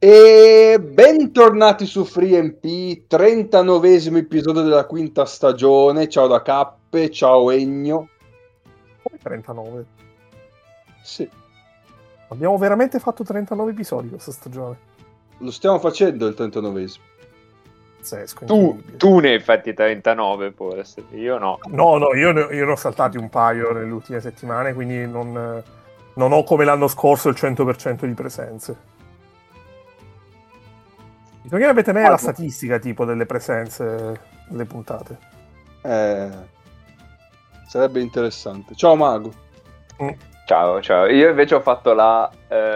E bentornati su FreeMP, 39esimo episodio della quinta stagione. Ciao da Cappe, ciao Egno. 39. Sì, Abbiamo veramente fatto 39 episodi questa stagione. lo stiamo facendo il 39esimo. Pazzesco, Tu incredibile. ne hai fatti 39, può essere, io no. No, io ne ho saltati un paio nelle ultime settimane, quindi non ho come l'anno scorso il 100% di presenze. Perché avete me la statistica tipo delle presenze delle puntate? Sarebbe interessante. Ciao Mago. Ciao. Io invece ho fatto la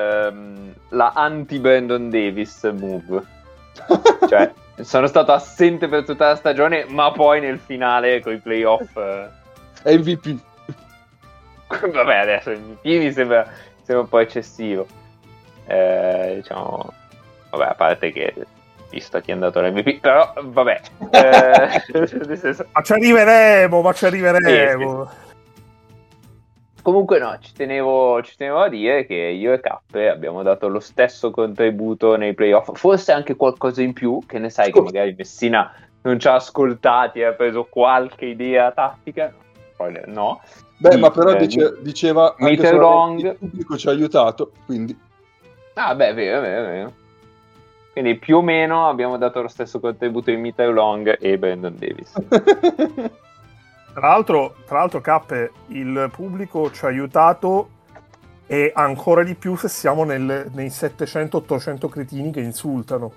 anti-Brandon Davis move. Cioè, sono stato assente per tutta la stagione, ma poi nel finale con i playoff MVP. Vabbè, adesso MVP mi sembra un po' eccessivo. Diciamo, vabbè, a parte che visto a chi è andato l'MVP, però vabbè. Nel senso... Ma ci arriveremo. Sì. Comunque no, ci tenevo a dire che io e Cappe abbiamo dato lo stesso contributo nei playoff, forse anche qualcosa in più, che ne sai che magari Messina non ci ha ascoltati e ha preso qualche idea tattica, poi no. Beh, ma però diceva anche il pubblico ci ha aiutato, quindi... Ah beh, vero. Quindi più o meno abbiamo dato lo stesso contributo in Meter Long e Brandon Davis. Tra l'altro, Cappe, il pubblico ci ha aiutato e ancora di più se siamo nei 700-800 cretini che insultano.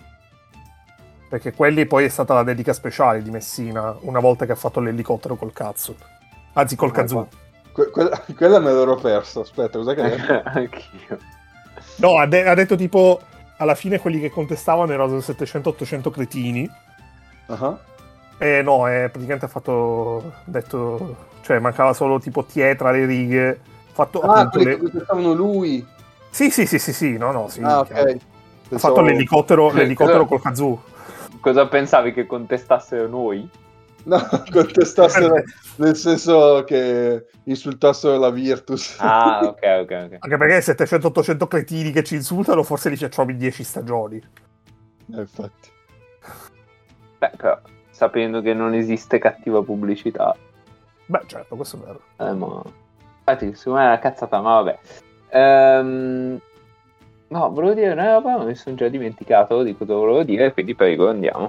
Perché quelli poi è stata la dedica speciale di Messina, una volta che ha fatto l'elicottero col cazzo. Anzi, col kazoo. Quella me l'ero persa, aspetta, cos'è che hai detto? Anch'io. No, ha detto tipo, alla fine quelli che contestavano erano 700-800 cretini. Uh-huh. No, praticamente ha detto, cioè mancava solo tipo Tie tra le righe. Quelli che contrestavano lui. Sì, no, sì. Ok. Ha fatto l'elicottero col kazoo. Cosa pensavi che contestassero noi? No, contestassero nel senso che insultassero la Virtus. Ah, ok. Anche perché 700-800 cretini che ci insultano, forse li facciamo in 10 stagioni. Infatti. Beh, però, sapendo che non esiste cattiva pubblicità. Beh, certo, questo è vero. Ma... Infatti, secondo me è una cazzata, ma vabbè. No, volevo dire una roba, ma mi sono già dimenticato di cosa volevo dire, quindi prego, andiamo.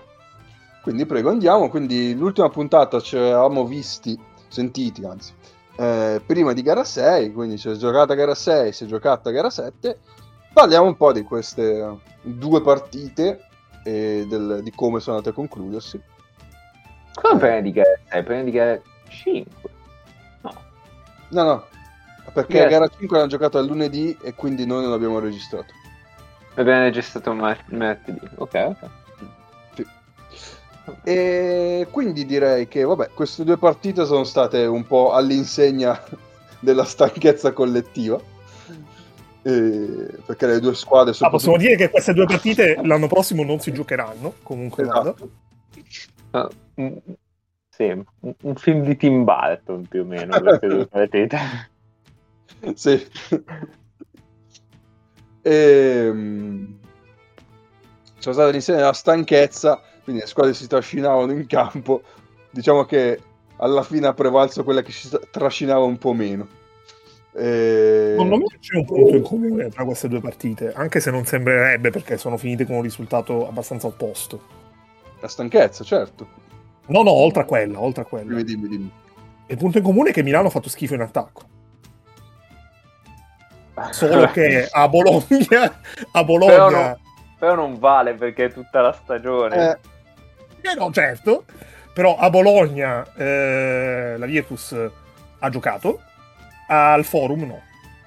Quindi l'ultima puntata ci eravamo sentiti, anzi, prima di gara 6, quindi si è giocata gara 6, si è giocata gara 7. Parliamo un po' di queste due partite e di come sono andate a concludersi. Come prima di gara 6? Prima di gara 5? No, perché gara 5 l'hanno giocata il lunedì e quindi noi non l'abbiamo registrato. Abbiamo registrato martedì, ok. Sì. E quindi direi che vabbè, queste due partite sono state un po' all'insegna della stanchezza collettiva, perché le due squadre sono... possiamo dire che queste due partite l'anno prossimo non si giocheranno, comunque esatto. Sì, un film di Tim Burton più o meno queste due partite. Sì. C'è stata l'insieme della stanchezza, quindi le squadre si trascinavano in campo. Diciamo che alla fine ha prevalso quella che si trascinava un po' meno. Secondo me c'è un punto in comune tra queste due partite, anche se non sembrerebbe, perché sono finite con un risultato abbastanza opposto. La stanchezza, certo. No, oltre a quella. Dimmi. Il punto in comune è che Milano ha fatto schifo in attacco. Solo che a Bologna però non vale perché è tutta la stagione. No, certo. Però a Bologna la Virtus ha giocato, al Forum no.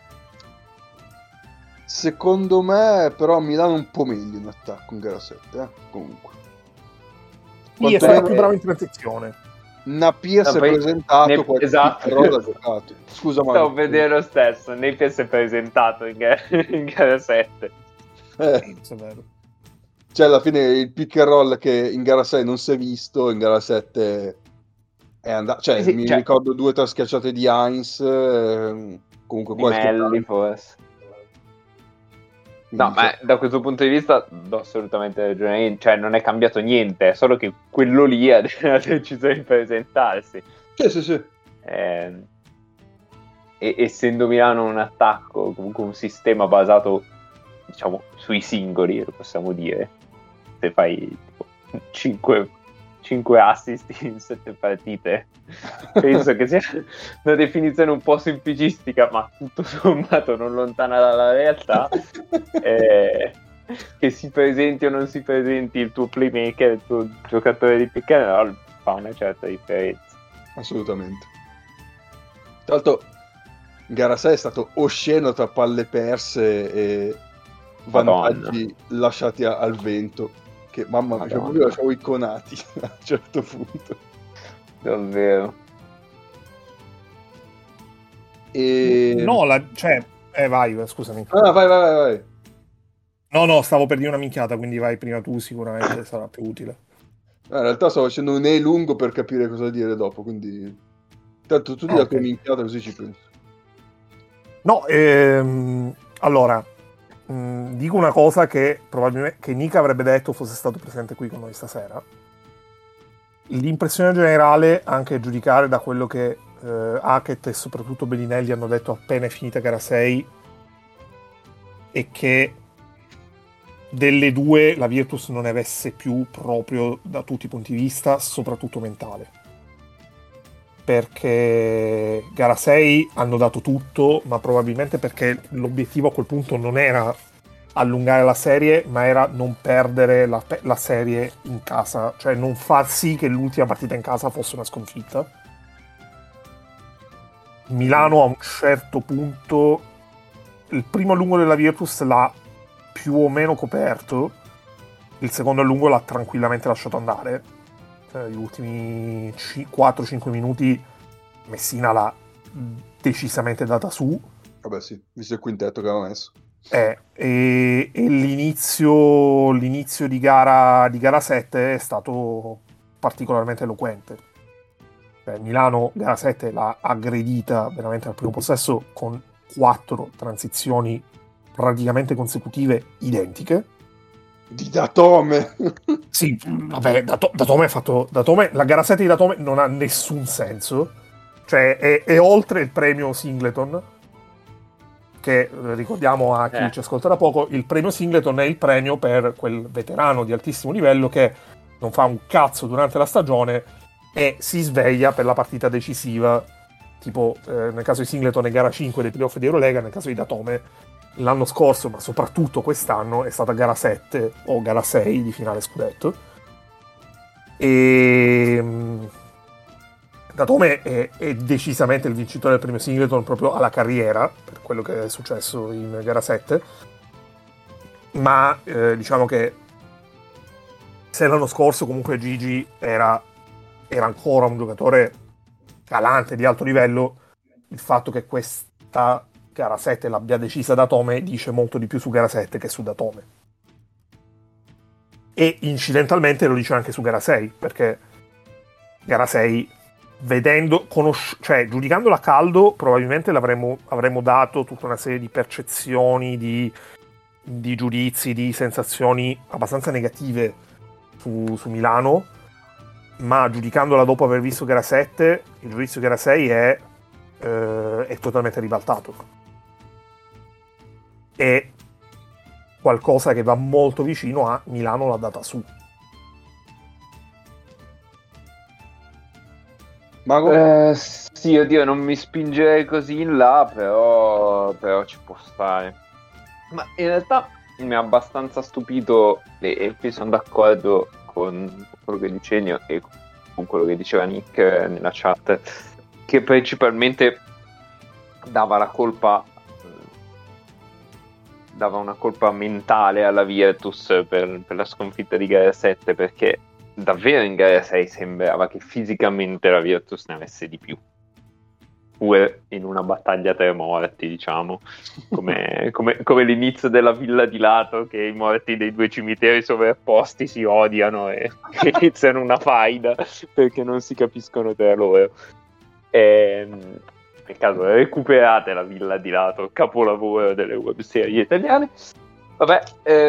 Secondo me però Milano un po' meglio in attacco in gara 7, comunque. È stato più bravo in transizione. Napier si è presentato, esatto. Ha giocato. Scusa, stavo vedere lo stesso. Napier si è presentato in gara 7. È vero. Cioè alla fine il pick and roll che in gara 6 non si è visto, in gara 7 è andato. Cioè, ricordo 2 o 3 schiacciate di Heinz, comunque di Melli forse. No, ma da questo punto di vista do assolutamente ragione, cioè non è cambiato niente, è solo che quello lì ha deciso di presentarsi. Sì. E essendo Milano un attacco, comunque un sistema basato, diciamo, sui singoli, lo possiamo dire, se fai tipo, 5 assist in 7 partite, penso che sia una definizione un po' semplicistica, ma tutto sommato non lontana dalla realtà. Che si presenti o non si presenti il tuo playmaker, il tuo giocatore di pick and roll, fa una certa differenza. Assolutamente. Tra l'altro gara 6 è stato osceno tra palle perse e vantaggi lasciati al vento, che mamma mia, proprio lasciavo i conati a un certo punto. Davvero. No, vai, scusami. Ah, vai. No, stavo per dire una minchiata, quindi vai prima tu, sicuramente sarà più utile. In realtà stavo facendo un E lungo per capire cosa dire dopo, quindi tanto tu di la tua minchiata così ci penso. No, allora, dico una cosa che probabilmente che Nick avrebbe detto fosse stato presente qui con noi stasera. L'impressione generale, anche a giudicare da quello che Hackett e soprattutto Bellinelli hanno detto appena è finita gara 6, è che delle due la Virtus non ne avesse più proprio da tutti i punti di vista, soprattutto mentale. Perché gara 6 hanno dato tutto, ma probabilmente perché l'obiettivo a quel punto non era allungare la serie, ma era non perdere la serie in casa, cioè non far sì che l'ultima partita in casa fosse una sconfitta. Milano a un certo punto, il primo allungo della Virtus l'ha più o meno coperto, il secondo allungo l'ha tranquillamente lasciato andare. Gli ultimi 4-5 minuti Messina l'ha decisamente data su. Vabbè sì, visto il quintetto che aveva messo. E l'inizio di gara 7 è stato particolarmente eloquente. Milano gara 7 l'ha aggredita veramente al primo possesso con 4 transizioni praticamente consecutive identiche. Di Datome. Sì, vabbè, Datome ha fatto. La gara 7 di Datome non ha nessun senso. Cioè, è oltre il premio Singleton. Che ricordiamo a chi ci ascolta da poco: il premio Singleton è il premio per quel veterano di altissimo livello che non fa un cazzo durante la stagione e si sveglia per la partita decisiva. Tipo, nel caso di Singleton è gara 5 dei playoff di Eurolega, nel caso di Datome l'anno scorso, ma soprattutto quest'anno, è stata gara 7 o gara 6 di finale scudetto. E Datome è decisamente il vincitore del premio Singleton proprio alla carriera, per quello che è successo in gara 7. Ma diciamo che se l'anno scorso comunque Gigi era ancora un giocatore calante di alto livello, il fatto che questa gara 7 l'abbia decisa Datome dice molto di più su gara 7 che su Datome. E incidentalmente lo dice anche su gara 6, perché gara 6, giudicandola a caldo, probabilmente avremmo dato tutta una serie di percezioni, di giudizi, di sensazioni abbastanza negative su Milano, ma giudicandola dopo aver visto gara 7, il giudizio gara 6 è totalmente ribaltato. È qualcosa che va molto vicino a Milano l'ha data su. Mago? Sì, oddio, non mi spingerei così in là, però ci può stare. Ma in realtà mi ha abbastanza stupito, e qui sono d'accordo con quello che dice Ennio e con quello che diceva Nick nella chat, che principalmente dava una colpa mentale alla Virtus per la sconfitta di gara 7, perché davvero in gara 6 sembrava che fisicamente la Virtus ne avesse di più, pure in una battaglia tra morti, diciamo, come l'inizio della villa di lato, che i morti dei due cimiteri sovrapposti si odiano e iniziano una faida perché non si capiscono tra loro. Per caso recuperate la villa di lato, capolavoro delle webserie italiane. Vabbè,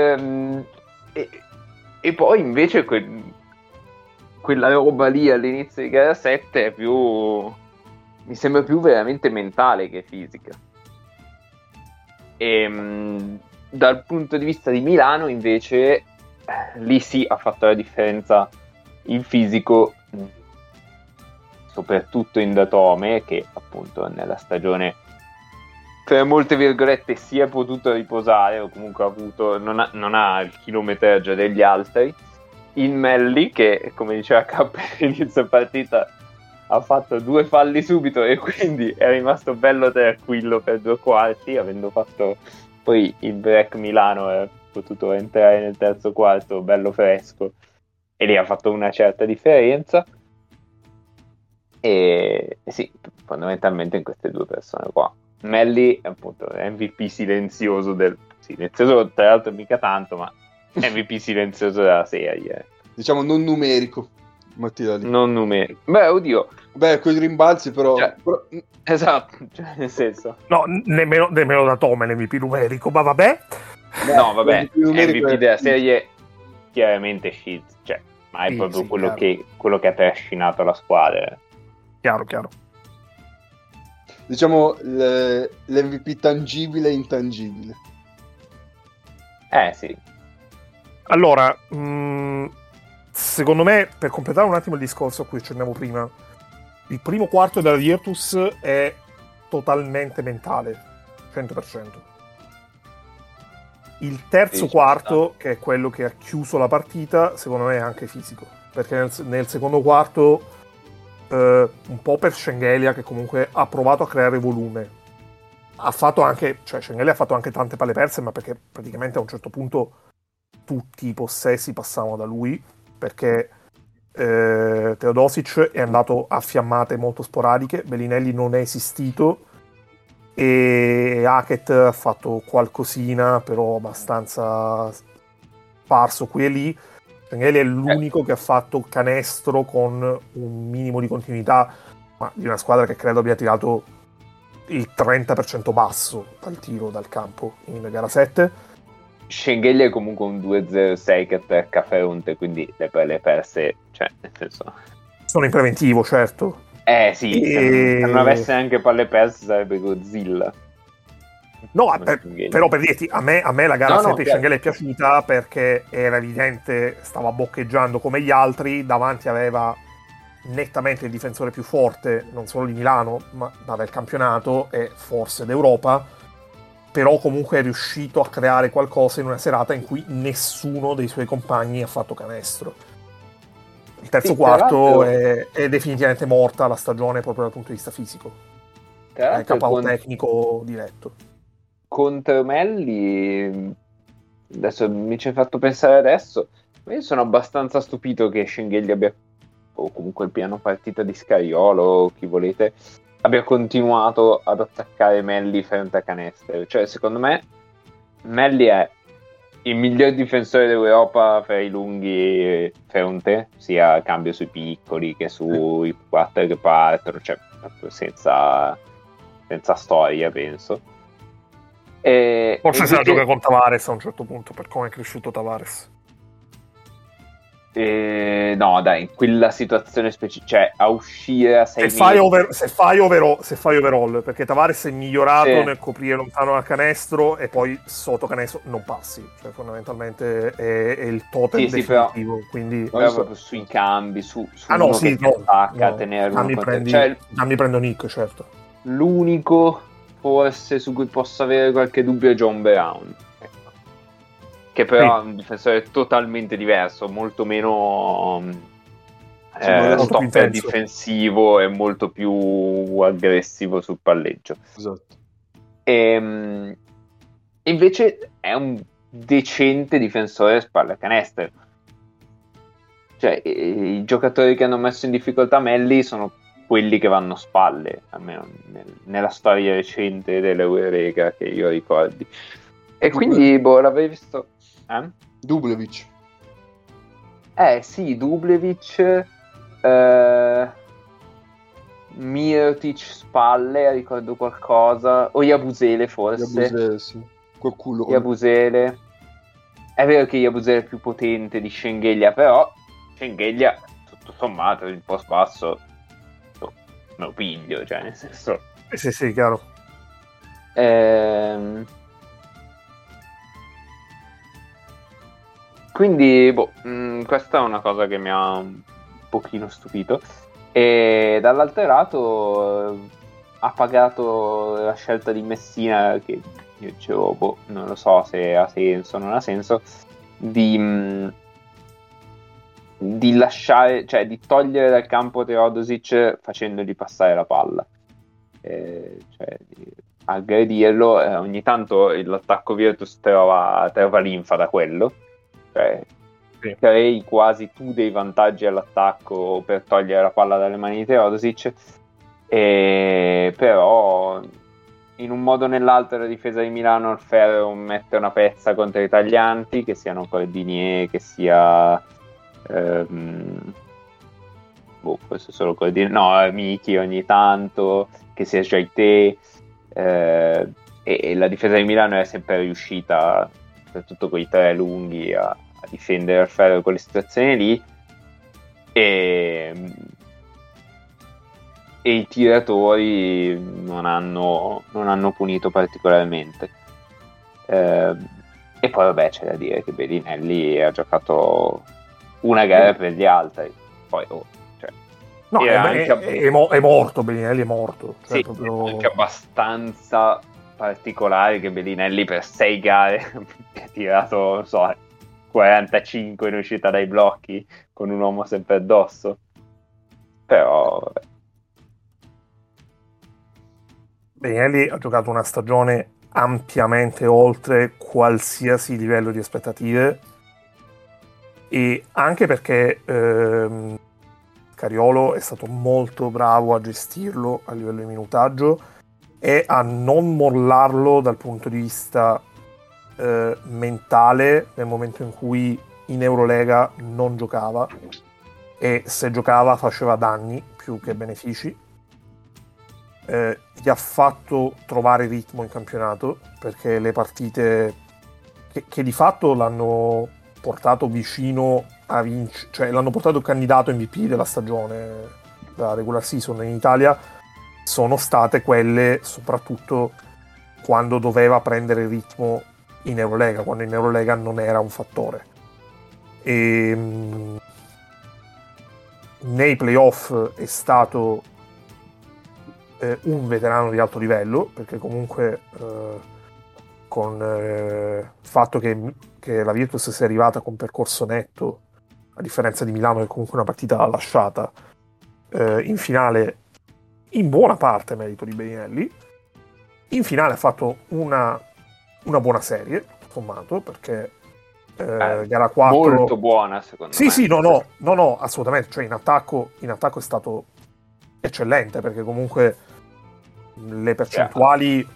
e poi invece quella roba lì all'inizio di gara 7 è più, mi sembra più veramente mentale che fisica. Dal punto di vista di Milano invece lì sì ha fatto la differenza il fisico, soprattutto in Datome, che appunto nella stagione per molte virgolette si è potuto riposare, o comunque ha avuto, non ha il chilometraggio degli altri. In Melli, che come diceva K all'inizio partita ha fatto 2 falli subito e quindi è rimasto bello tranquillo per 2 quarti, avendo fatto poi il break Milano, è potuto entrare nel terzo quarto bello fresco e lì ha fatto una certa differenza. E sì, fondamentalmente in queste 2 persone qua Melli è appunto MVP silenzioso silenzioso tra l'altro mica tanto, ma MVP silenzioso della serie, diciamo non numerico, Mattia lì. Non numerico, beh oddio, con i rimbalzi però, esatto, cioè, nel senso no, nemmeno da Tome l'MVP numerico, ma vabbè. No, vabbè, MVP della serie chiaramente Shields, cioè, ma è proprio sì, quello che ha trascinato la squadra. Chiaro. Diciamo l'MVP tangibile e intangibile. Sì. Allora, secondo me, per completare un attimo il discorso a cui accennavo prima, il primo quarto della Virtus è totalmente mentale, 100%. Il terzo quarto, che è quello che ha chiuso la partita, secondo me è anche fisico, perché nel secondo quarto un po' per Shengelia, che comunque ha provato a creare volume, Shengelia ha fatto anche tante palle perse, ma perché praticamente a un certo punto tutti i possessi passavano da lui, perché Teodosic è andato a fiammate molto sporadiche, Bellinelli non è esistito e Hackett ha fatto qualcosina però abbastanza sparso qui e lì. Shengelia è l'unico che ha fatto canestro con un minimo di continuità, ma di una squadra che credo abbia tirato il 30% basso dal tiro dal campo in gara 7. Shengelia è comunque un 2-0-6 che attacca Fronte, quindi le pelle perse, cioè nel senso sono in preventivo, certo. Sì, se non avesse anche palle perse sarebbe Godzilla. No, però per dirti, a me la gara 7 di Shengelia è piaciuta perché era evidente, stava boccheggiando come gli altri, davanti aveva nettamente il difensore più forte, non solo di Milano, ma del campionato e forse d'Europa, però comunque è riuscito a creare qualcosa in una serata in cui nessuno dei suoi compagni ha fatto canestro. Il terzo quarto è definitivamente morta la stagione proprio dal punto di vista fisico. È KO tecnico diretto. Contro Melli, adesso mi ci hai fatto pensare adesso, io sono abbastanza stupito che Shengelia abbia, o comunque il piano partita di Scariolo, o chi volete, abbia continuato ad attaccare Melli frente a canestro. Cioè, secondo me Melli è il miglior difensore d'Europa per i lunghi fronte, sia cambio sui piccoli che sui 4 che partono, cioè senza storia, penso. Forse se la gioca con Tavares a un certo punto, per come è cresciuto Tavares. No, dai, in quella situazione specifica, cioè a uscire a 6 se fai overall, perché Tavares è migliorato nel coprire lontano dal canestro e poi sotto canestro non passi, cioè fondamentalmente è il totem definitivo, però, quindi proprio sui cambi, su attacca, tenere mi prendo Nick, certo. L'unico forse su cui posso avere qualche dubbio è John Brown, ecco. Che però è un difensore totalmente diverso, molto meno stopper difensivo e molto più aggressivo sul palleggio. Esatto. Invece è un decente difensore spalle canestro. Cioè i giocatori che hanno messo in difficoltà Melli sono quelli che vanno spalle, almeno nella storia recente dell'Eurolega che io ricordi. E quindi l'avevi visto? Dublevic. Sì, Dublevic, Mirotic spalle, ricordo qualcosa, o Yabusele forse. Yabusele, sì. Quel culo. Yabusele. È vero che Yabusele è più potente di Schengelia, però Schengelia, tutto sommato, il post basso me lo piglio, cioè nel senso... Sì, chiaro. Quindi, questa è una cosa che mi ha un pochino stupito. E dall'altro lato ha pagato la scelta di Messina, che io dicevo, non lo so se ha senso o non ha senso, di lasciare, cioè di togliere dal campo Teodosic facendogli passare la palla. Cioè di aggredirlo, ogni tanto l'attacco Virtus trova linfa da quello, cioè Sì. crei quasi tu dei vantaggi all'attacco per togliere la palla dalle mani di Teodosic, però in un modo o nell'altro la difesa di Milano al ferro mette una pezza contro i taglianti, che siano Cordinier, che sia forse solo Cordinier, no, Miki ogni tanto, che sia Jaité, e la difesa di Milano è sempre riuscita, soprattutto con i tre lunghi, a difendere al ferro quelle situazioni lì, e i tiratori non hanno punito particolarmente. E poi vabbè, c'è da dire che Bellinelli ha giocato una gara per gli altri, poi no, è morto, Bellinelli è morto, cioè sì, proprio... è anche abbastanza particolare che Bellinelli per 6 gare ha tirato, non so, 45 in uscita dai blocchi con un uomo sempre addosso, però vabbè. Bellinelli ha giocato una stagione ampiamente oltre qualsiasi livello di aspettative, e anche perché Cariolo è stato molto bravo a gestirlo a livello di minutaggio e a non mollarlo dal punto di vista mentale nel momento in cui in Eurolega non giocava, e se giocava faceva danni più che benefici. Gli ha fatto trovare ritmo in campionato, perché le partite che di fatto l'hanno portato vicino a vincere, cioè l'hanno portato candidato MVP della stagione, da regular season in Italia, sono state quelle soprattutto quando doveva prendere il ritmo in Eurolega, quando in Eurolega non era un fattore. E nei playoff è stato un veterano di alto livello, perché comunque con il fatto che la Virtus sia arrivata con percorso netto, a differenza di Milano che comunque una partita l'ha lasciata, in finale in buona parte merito di Bellinelli. In finale ha fatto una buona serie, sommato, perché gara 4 molto buona secondo me. Sì, no, assolutamente, cioè in attacco è stato eccellente, perché comunque le percentuali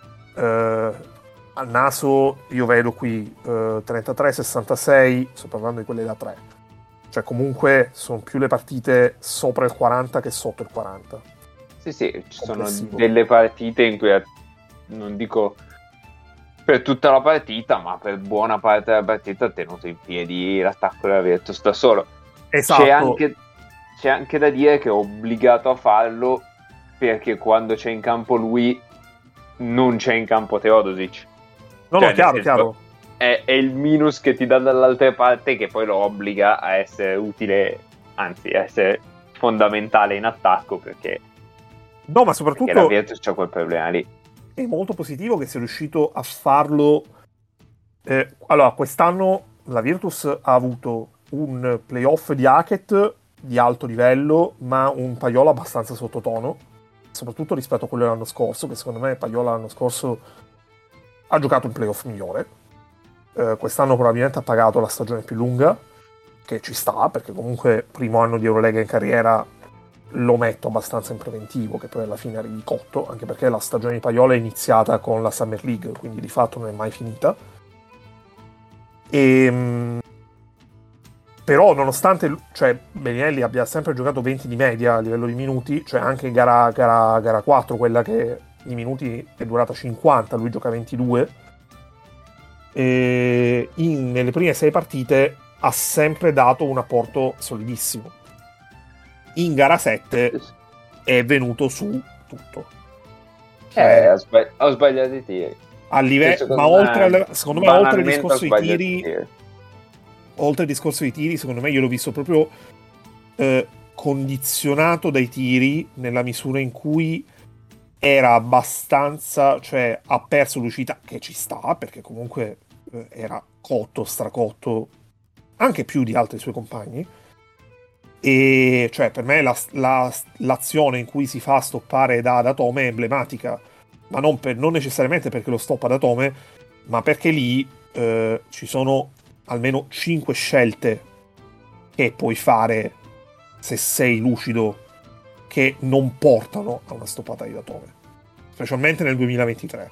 al naso io vedo qui 33-66, sto parlando di quelle da 3, cioè comunque sono più le partite sopra il 40 che sotto il 40. Sì, ci sono delle partite in cui, non dico per tutta la partita, ma per buona parte della partita ha tenuto in piedi l'attacco della Virtus da solo. Esatto. C'è anche da dire che è obbligato a farlo, perché quando c'è in campo lui non c'è in campo Teodosic. No, chiaro. È il minus che ti dà dall'altra parte, che poi lo obbliga a essere utile, anzi a essere fondamentale in attacco, perché no, ma soprattutto la Virtus c'ha quel problema lì. È molto positivo che sia riuscito a farlo. Allora, quest'anno la Virtus ha avuto un playoff di Hackett di alto livello, ma un Paiola abbastanza sottotono, soprattutto rispetto a quello dell'anno scorso, che secondo me Paiola l'anno scorso ha giocato un playoff migliore. Quest'anno probabilmente ha pagato la stagione più lunga, che ci sta, perché comunque primo anno di Eurolega in carriera lo metto abbastanza in preventivo, che poi alla fine arrivi cotto, anche perché la stagione di Paiola è iniziata con la Summer League, quindi di fatto non è mai finita. Però nonostante Bellinelli abbia sempre giocato 20 di media a livello di minuti, cioè anche gara 4, quella che i minuti è durata 50, lui gioca 22, nelle prime 6 partite ha sempre dato un apporto solidissimo. In gara 7 è venuto su tutto. Ho sbagliato i tiri. A livello, ma secondo me oltre il discorso dei tiri, oltre il discorso dei tiri, secondo me io l'ho visto proprio condizionato dai tiri, nella misura in cui era abbastanza, cioè ha perso l'uscita, che ci sta, perché comunque era cotto, stracotto, anche più di altri suoi compagni. E cioè per me l'azione in cui si fa stoppare da Atome è emblematica, ma non necessariamente perché lo stoppa da Atome, ma perché lì ci sono almeno 5 scelte che puoi fare se sei lucido che non portano a una stoppata di Atome, specialmente nel 2023.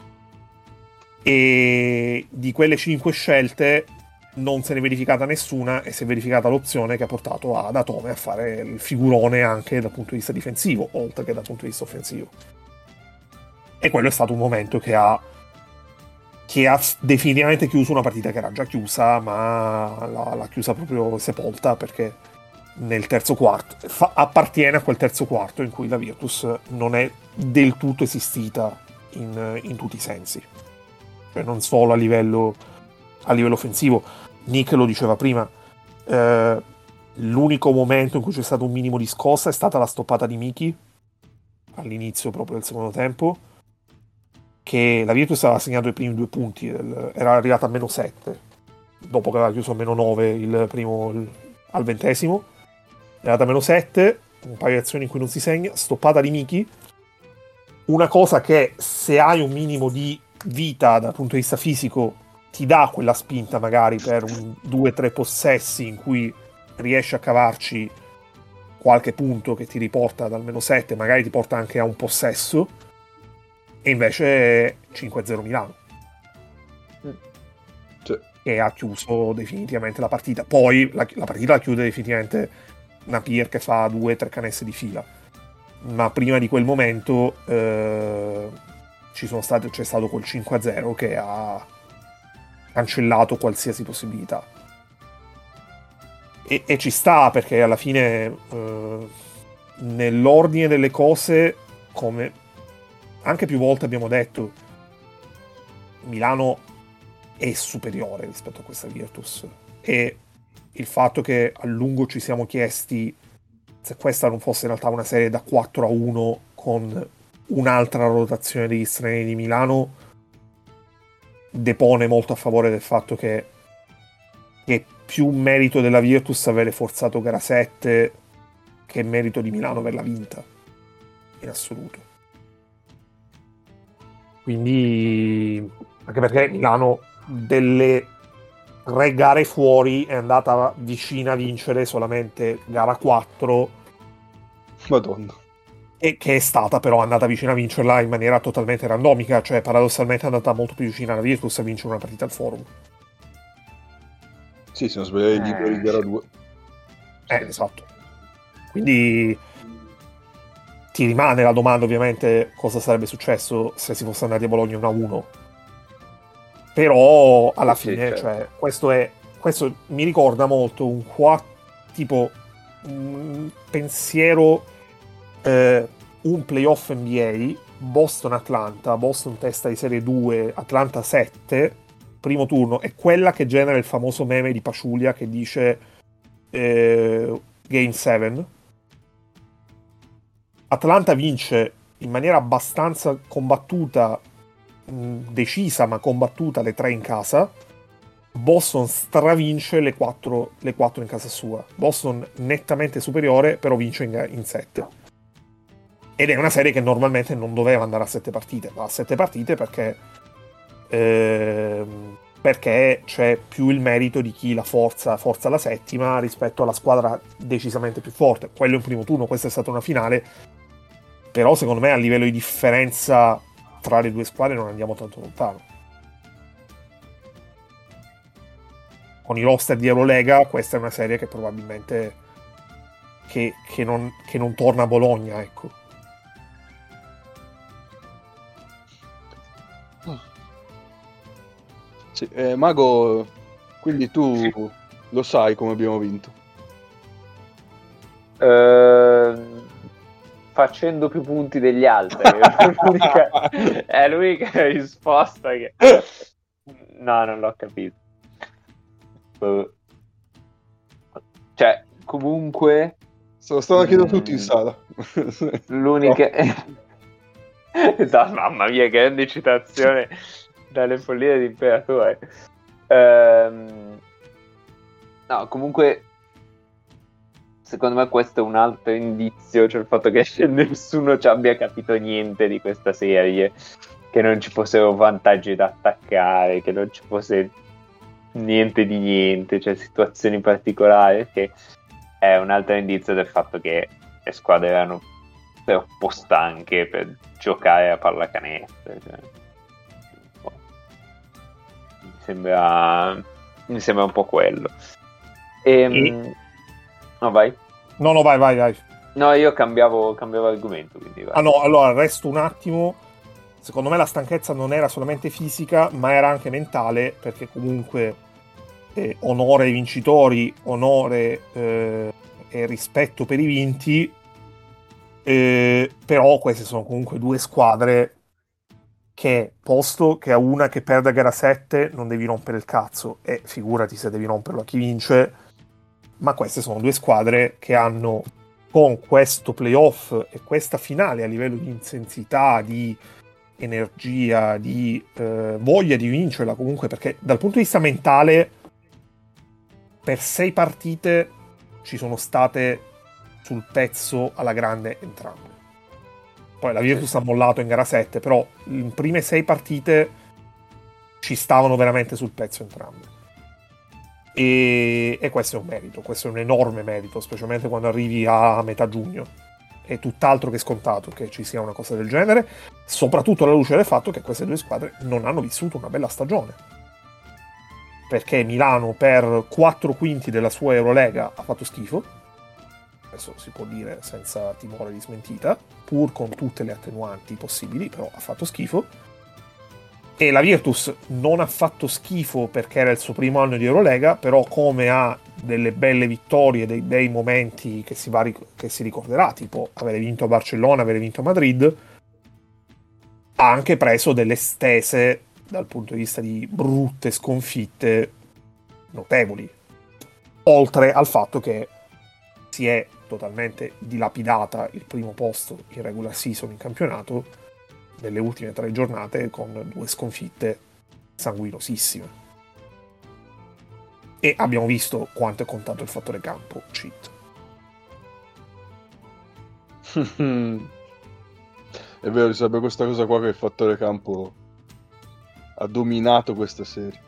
E di quelle 5 scelte non se ne è verificata nessuna e si è verificata l'opzione che ha portato ad Atome a fare il figurone anche dal punto di vista difensivo, oltre che dal punto di vista offensivo. E quello è stato un momento che ha definitivamente chiuso una partita che era già chiusa, ma l'ha chiusa proprio sepolta, perché nel terzo quarto appartiene a quel terzo quarto in cui la Virtus non è del tutto esistita in tutti i sensi, cioè non solo a livello offensivo. Nick lo diceva prima, l'unico momento in cui c'è stato un minimo di scossa è stata la stoppata di Miki all'inizio proprio del secondo tempo, che la Virtus aveva segnato i primi 2 punti, era arrivata a -7 dopo che aveva chiuso a -9 il primo al 20esimo, è andata a -7, un paio di azioni in cui non si segna, stoppata di Miki, una cosa che se hai un minimo di vita dal punto di vista fisico ti dà quella spinta magari per 2-3 possessi in cui riesci a cavarci qualche punto che ti riporta dal -7, magari ti porta anche a un possesso, e invece 5-0 Milano, che ha chiuso definitivamente la partita. Poi la partita la chiude definitivamente Napier che fa 2-3 canestri di fila, ma prima di quel momento c'è stato quel 5-0 che ha cancellato qualsiasi possibilità, e ci sta, perché alla fine nell'ordine delle cose, come anche più volte abbiamo detto, Milano è superiore rispetto a questa Virtus, e il fatto che a lungo ci siamo chiesti se questa non fosse in realtà una serie da 4-1 con un'altra rotazione degli stranieri di Milano depone molto a favore del fatto che è più merito della Virtus avere forzato gara 7 che merito di Milano averla vinta in assoluto. Quindi, anche perché Milano delle 3 gare fuori è andata vicina a vincere solamente gara 4, Madonna, e che è stata però andata vicina a vincerla in maniera totalmente randomica, cioè paradossalmente è andata molto più vicina alla Virtus a vincere una partita al Forum. Sì, se non sbaglio di gara 2. Esatto. Quindi ti rimane la domanda, ovviamente, cosa sarebbe successo se si fosse andati a Bologna 1-1. Però alla fine, certo. cioè, questo mi ricorda molto un pensiero, un playoff NBA, Boston-Atlanta, Boston testa di serie 2, Atlanta 7, primo turno, è quella che genera il famoso meme di Paciulia che dice Game 7. Atlanta vince in maniera abbastanza combattuta, decisa ma combattuta, le 3 in casa. Boston stravince le 4 in casa sua. Boston nettamente superiore, però vince in 7. Ed è una serie che normalmente non doveva andare a 7 partite, va a 7 partite perché c'è più il merito di chi la forza la settima rispetto alla squadra decisamente più forte. Quello è un primo turno, questa è stata una finale, però secondo me a livello di differenza tra le due squadre non andiamo tanto lontano. Con i roster di Eurolega questa è una serie che probabilmente che non torna a Bologna, ecco. Sì, Mago, quindi tu lo sai come abbiamo vinto? Facendo più punti degli altri. È l'unica risposta che... No, non l'ho capito. Cioè, comunque... Stanno chiedendo tutti in sala. L'unica... Esatto, mamma mia, grande citazione dalle follie dell'imperatore. No, comunque secondo me questo è un altro indizio, cioè il fatto che nessuno ci abbia capito niente di questa serie, che non ci fossero vantaggi da attaccare, che non ci fosse niente di niente, cioè situazioni particolari, che è un altro indizio del fatto che le squadre erano troppo stanche per giocare a pallacanestro, cioè. Mi sembra un po' quello. No, vai. No, vai. No, io cambiavo argomento, quindi vai. Ah no, allora resto un attimo. Secondo me la stanchezza non era solamente fisica, ma era anche mentale, perché comunque onore ai vincitori, onore e rispetto per i vinti, però queste sono comunque due squadre che, posto che a una che perde a gara 7 non devi rompere il cazzo, e figurati se devi romperlo a chi vince, ma queste sono due squadre che hanno, con questo playoff e questa finale, a livello di intensità, di energia, di voglia di vincerla, comunque, perché dal punto di vista mentale per 6 partite ci sono state sul pezzo alla grande entrambe. Poi la Virtus ha mollato in gara 7, però in prime 6 partite ci stavano veramente sul pezzo entrambe. E questo è un merito, questo è un enorme merito, specialmente quando arrivi a metà giugno. È tutt'altro che scontato che ci sia una cosa del genere, soprattutto alla luce del fatto che queste due squadre non hanno vissuto una bella stagione. Perché Milano per 4 quinti della sua Eurolega ha fatto schifo, adesso si può dire senza timore di smentita, pur con tutte le attenuanti possibili, però ha fatto schifo. E la Virtus non ha fatto schifo perché era il suo primo anno di Eurolega, però come ha delle belle vittorie, dei bei momenti che si ricorderà, tipo avere vinto a Barcellona, avere vinto a Madrid, ha anche preso delle stese dal punto di vista di brutte sconfitte notevoli, oltre al fatto che si è totalmente dilapidata il primo posto in regular season in campionato nelle ultime 3 giornate con 2 sconfitte sanguinosissime. E abbiamo visto quanto è contato il fattore campo cheat. È vero, sarebbe questa cosa qua che il fattore campo ha dominato questa serie.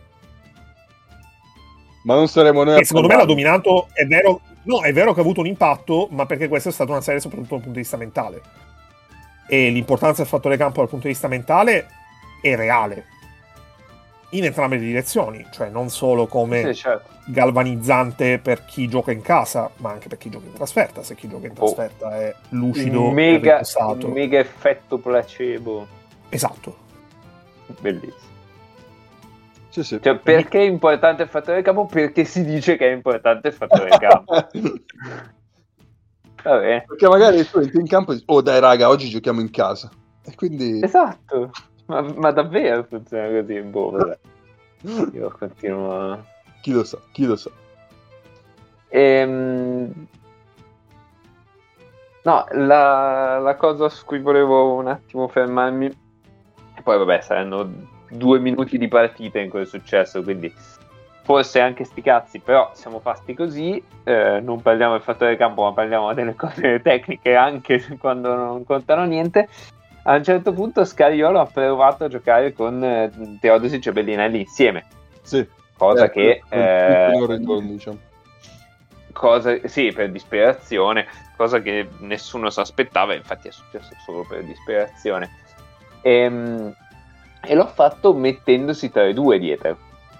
Ma non saremo noi a secondo me l'ha dominato, è vero. No, è vero che ha avuto un impatto, ma perché questa è stata una serie soprattutto dal punto di vista mentale. E l'importanza del fattore campo dal punto di vista mentale è reale. In entrambe le direzioni, cioè non solo come galvanizzante per chi gioca in casa, ma anche per chi gioca in trasferta, se chi gioca in trasferta è lucido e riposato. Un mega effetto placebo. Esatto. Bellissimo. Sì. Cioè, perché è importante il fattore campo? Perché si dice che è importante il fattore campo. Vabbè. Perché magari tu entri in campo e dici, oh dai raga, oggi giochiamo in casa. E quindi... Esatto. Ma davvero funziona così? Boh, vabbè. Io continuo a... Chi lo sa. No, la cosa su cui volevo un attimo fermarmi, e poi vabbè, saranno 2 minuti di partita in cui è successo, quindi forse anche sti cazzi, però siamo fatti così, non parliamo del fattore campo, ma parliamo delle cose tecniche anche quando non contano niente. A un certo punto Scariolo ha provato a giocare con Teodosic e Bellinelli insieme. Sì. Cosa che... ritorno, diciamo. Sì, per disperazione, cosa che nessuno si aspettava, infatti è successo solo per disperazione. E l'ho fatto mettendosi tra i due dietro.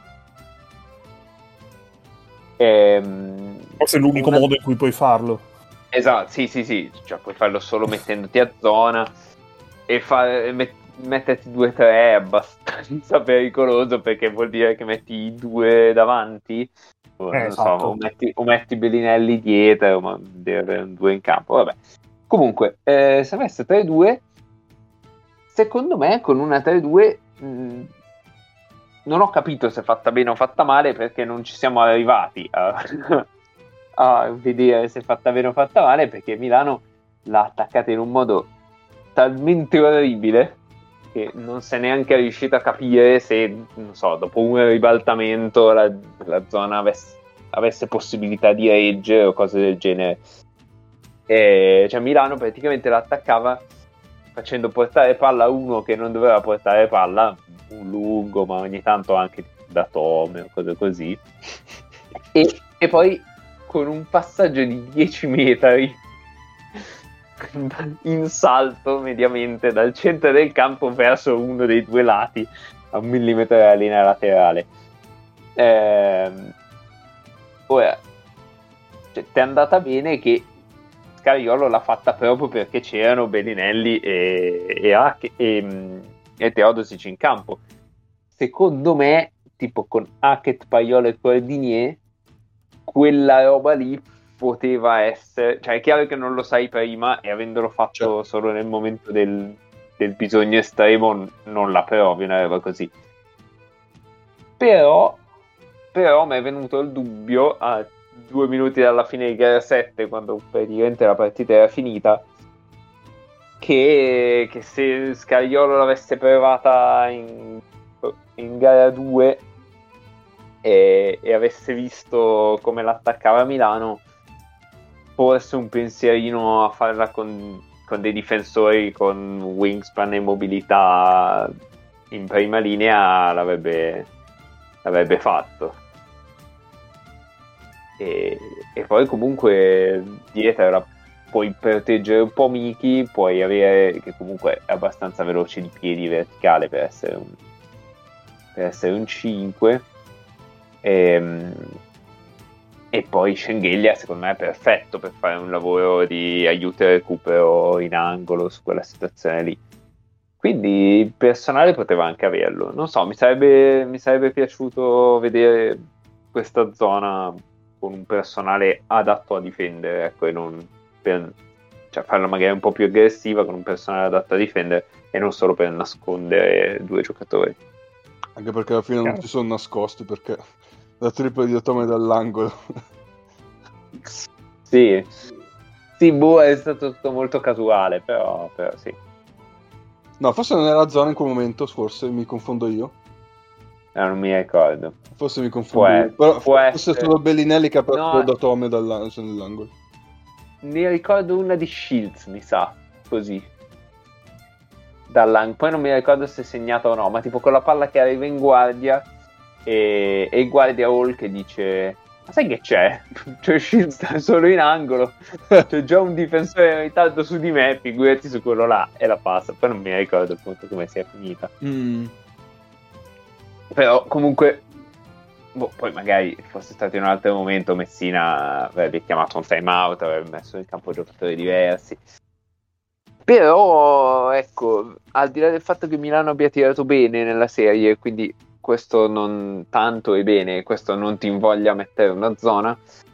Forse è l'unico modo in cui puoi farlo. Esatto, sì, cioè puoi farlo solo mettendoti a zona e metterti 2-3 è abbastanza abbastanza pericoloso, perché vuol dire che metti i due davanti, non esatto. so, o metti Bellinelli dietro, ma deve avere un 2 in campo, vabbè. Comunque, se avesse 3-2, secondo me con una 3-2 non ho capito se è fatta bene o fatta male, perché non ci siamo arrivati a vedere se è fatta bene o fatta male, perché Milano l'ha attaccata in un modo talmente orribile che non si è neanche riuscito a capire se, non so, dopo un ribaltamento la zona avesse possibilità di reggere o cose del genere. Cioè Milano praticamente l'attaccava facendo portare palla a uno che non doveva portare palla, un lungo, ma ogni tanto anche da Tome o cose così, e poi con un passaggio di 10 metri in salto mediamente dal centro del campo verso uno dei due lati a 1 millimetro dalla linea laterale. Ora, cioè, ti è andata bene che Scariolo l'ha fatta proprio perché c'erano Bellinelli e Teodosic in campo. Secondo me, tipo con Hackett, Paiolo e Cordinier, quella roba lì poteva essere, cioè è chiaro che non lo sai prima, e avendolo fatto solo nel momento del bisogno estremo non la provi una roba così. Però mi è venuto il dubbio a 2 minuti dalla fine di gara 7, quando praticamente la partita era finita, che se Scariolo l'avesse provata in gara 2 e avesse visto come l'attaccava Milano, forse un pensierino a farla con dei difensori con wingspan e mobilità in prima linea l'avrebbe fatto. E poi comunque dietro puoi proteggere un po' Miki, puoi avere, che comunque è abbastanza veloce di piedi verticale per essere un 5, e poi Schengelia secondo me è perfetto per fare un lavoro di aiuto e recupero in angolo su quella situazione lì. Quindi il personale poteva anche averlo, non so, mi sarebbe piaciuto vedere questa zona con un personale adatto a difendere, ecco, e non cioè farla magari un po' più aggressiva con un personale adatto a difendere e non solo per nascondere due giocatori. Anche perché alla fine non ci sono nascosti, perché la tripla di Otome dall'angolo. Sì, boh, è stato tutto molto casuale, però sì. No, forse non era zona in quel momento, forse mi confondo io. Non mi ricordo. Forse mi confondo io. Però forse è solo Bellinelli che ha aperto da Tome nell'angolo. Ne ricordo una di Shields, mi sa, così. Poi non mi ricordo se è segnata o no, ma tipo con la palla che arriva in guardia e il guardia Hall che dice: ma sai che c'è? Cioè Shields sta solo in angolo, c'è già un difensore intanto su di me, figurati su quello là, e la passa. Poi non mi ricordo appunto come sia finita. Però comunque poi magari fosse stato in un altro momento Messina avrebbe chiamato un time out, avrebbe messo in campo giocatori diversi. Però ecco, al di là del fatto che Milano abbia tirato bene nella serie, quindi questo non tanto è bene, questo non ti invoglia a mettere una zona,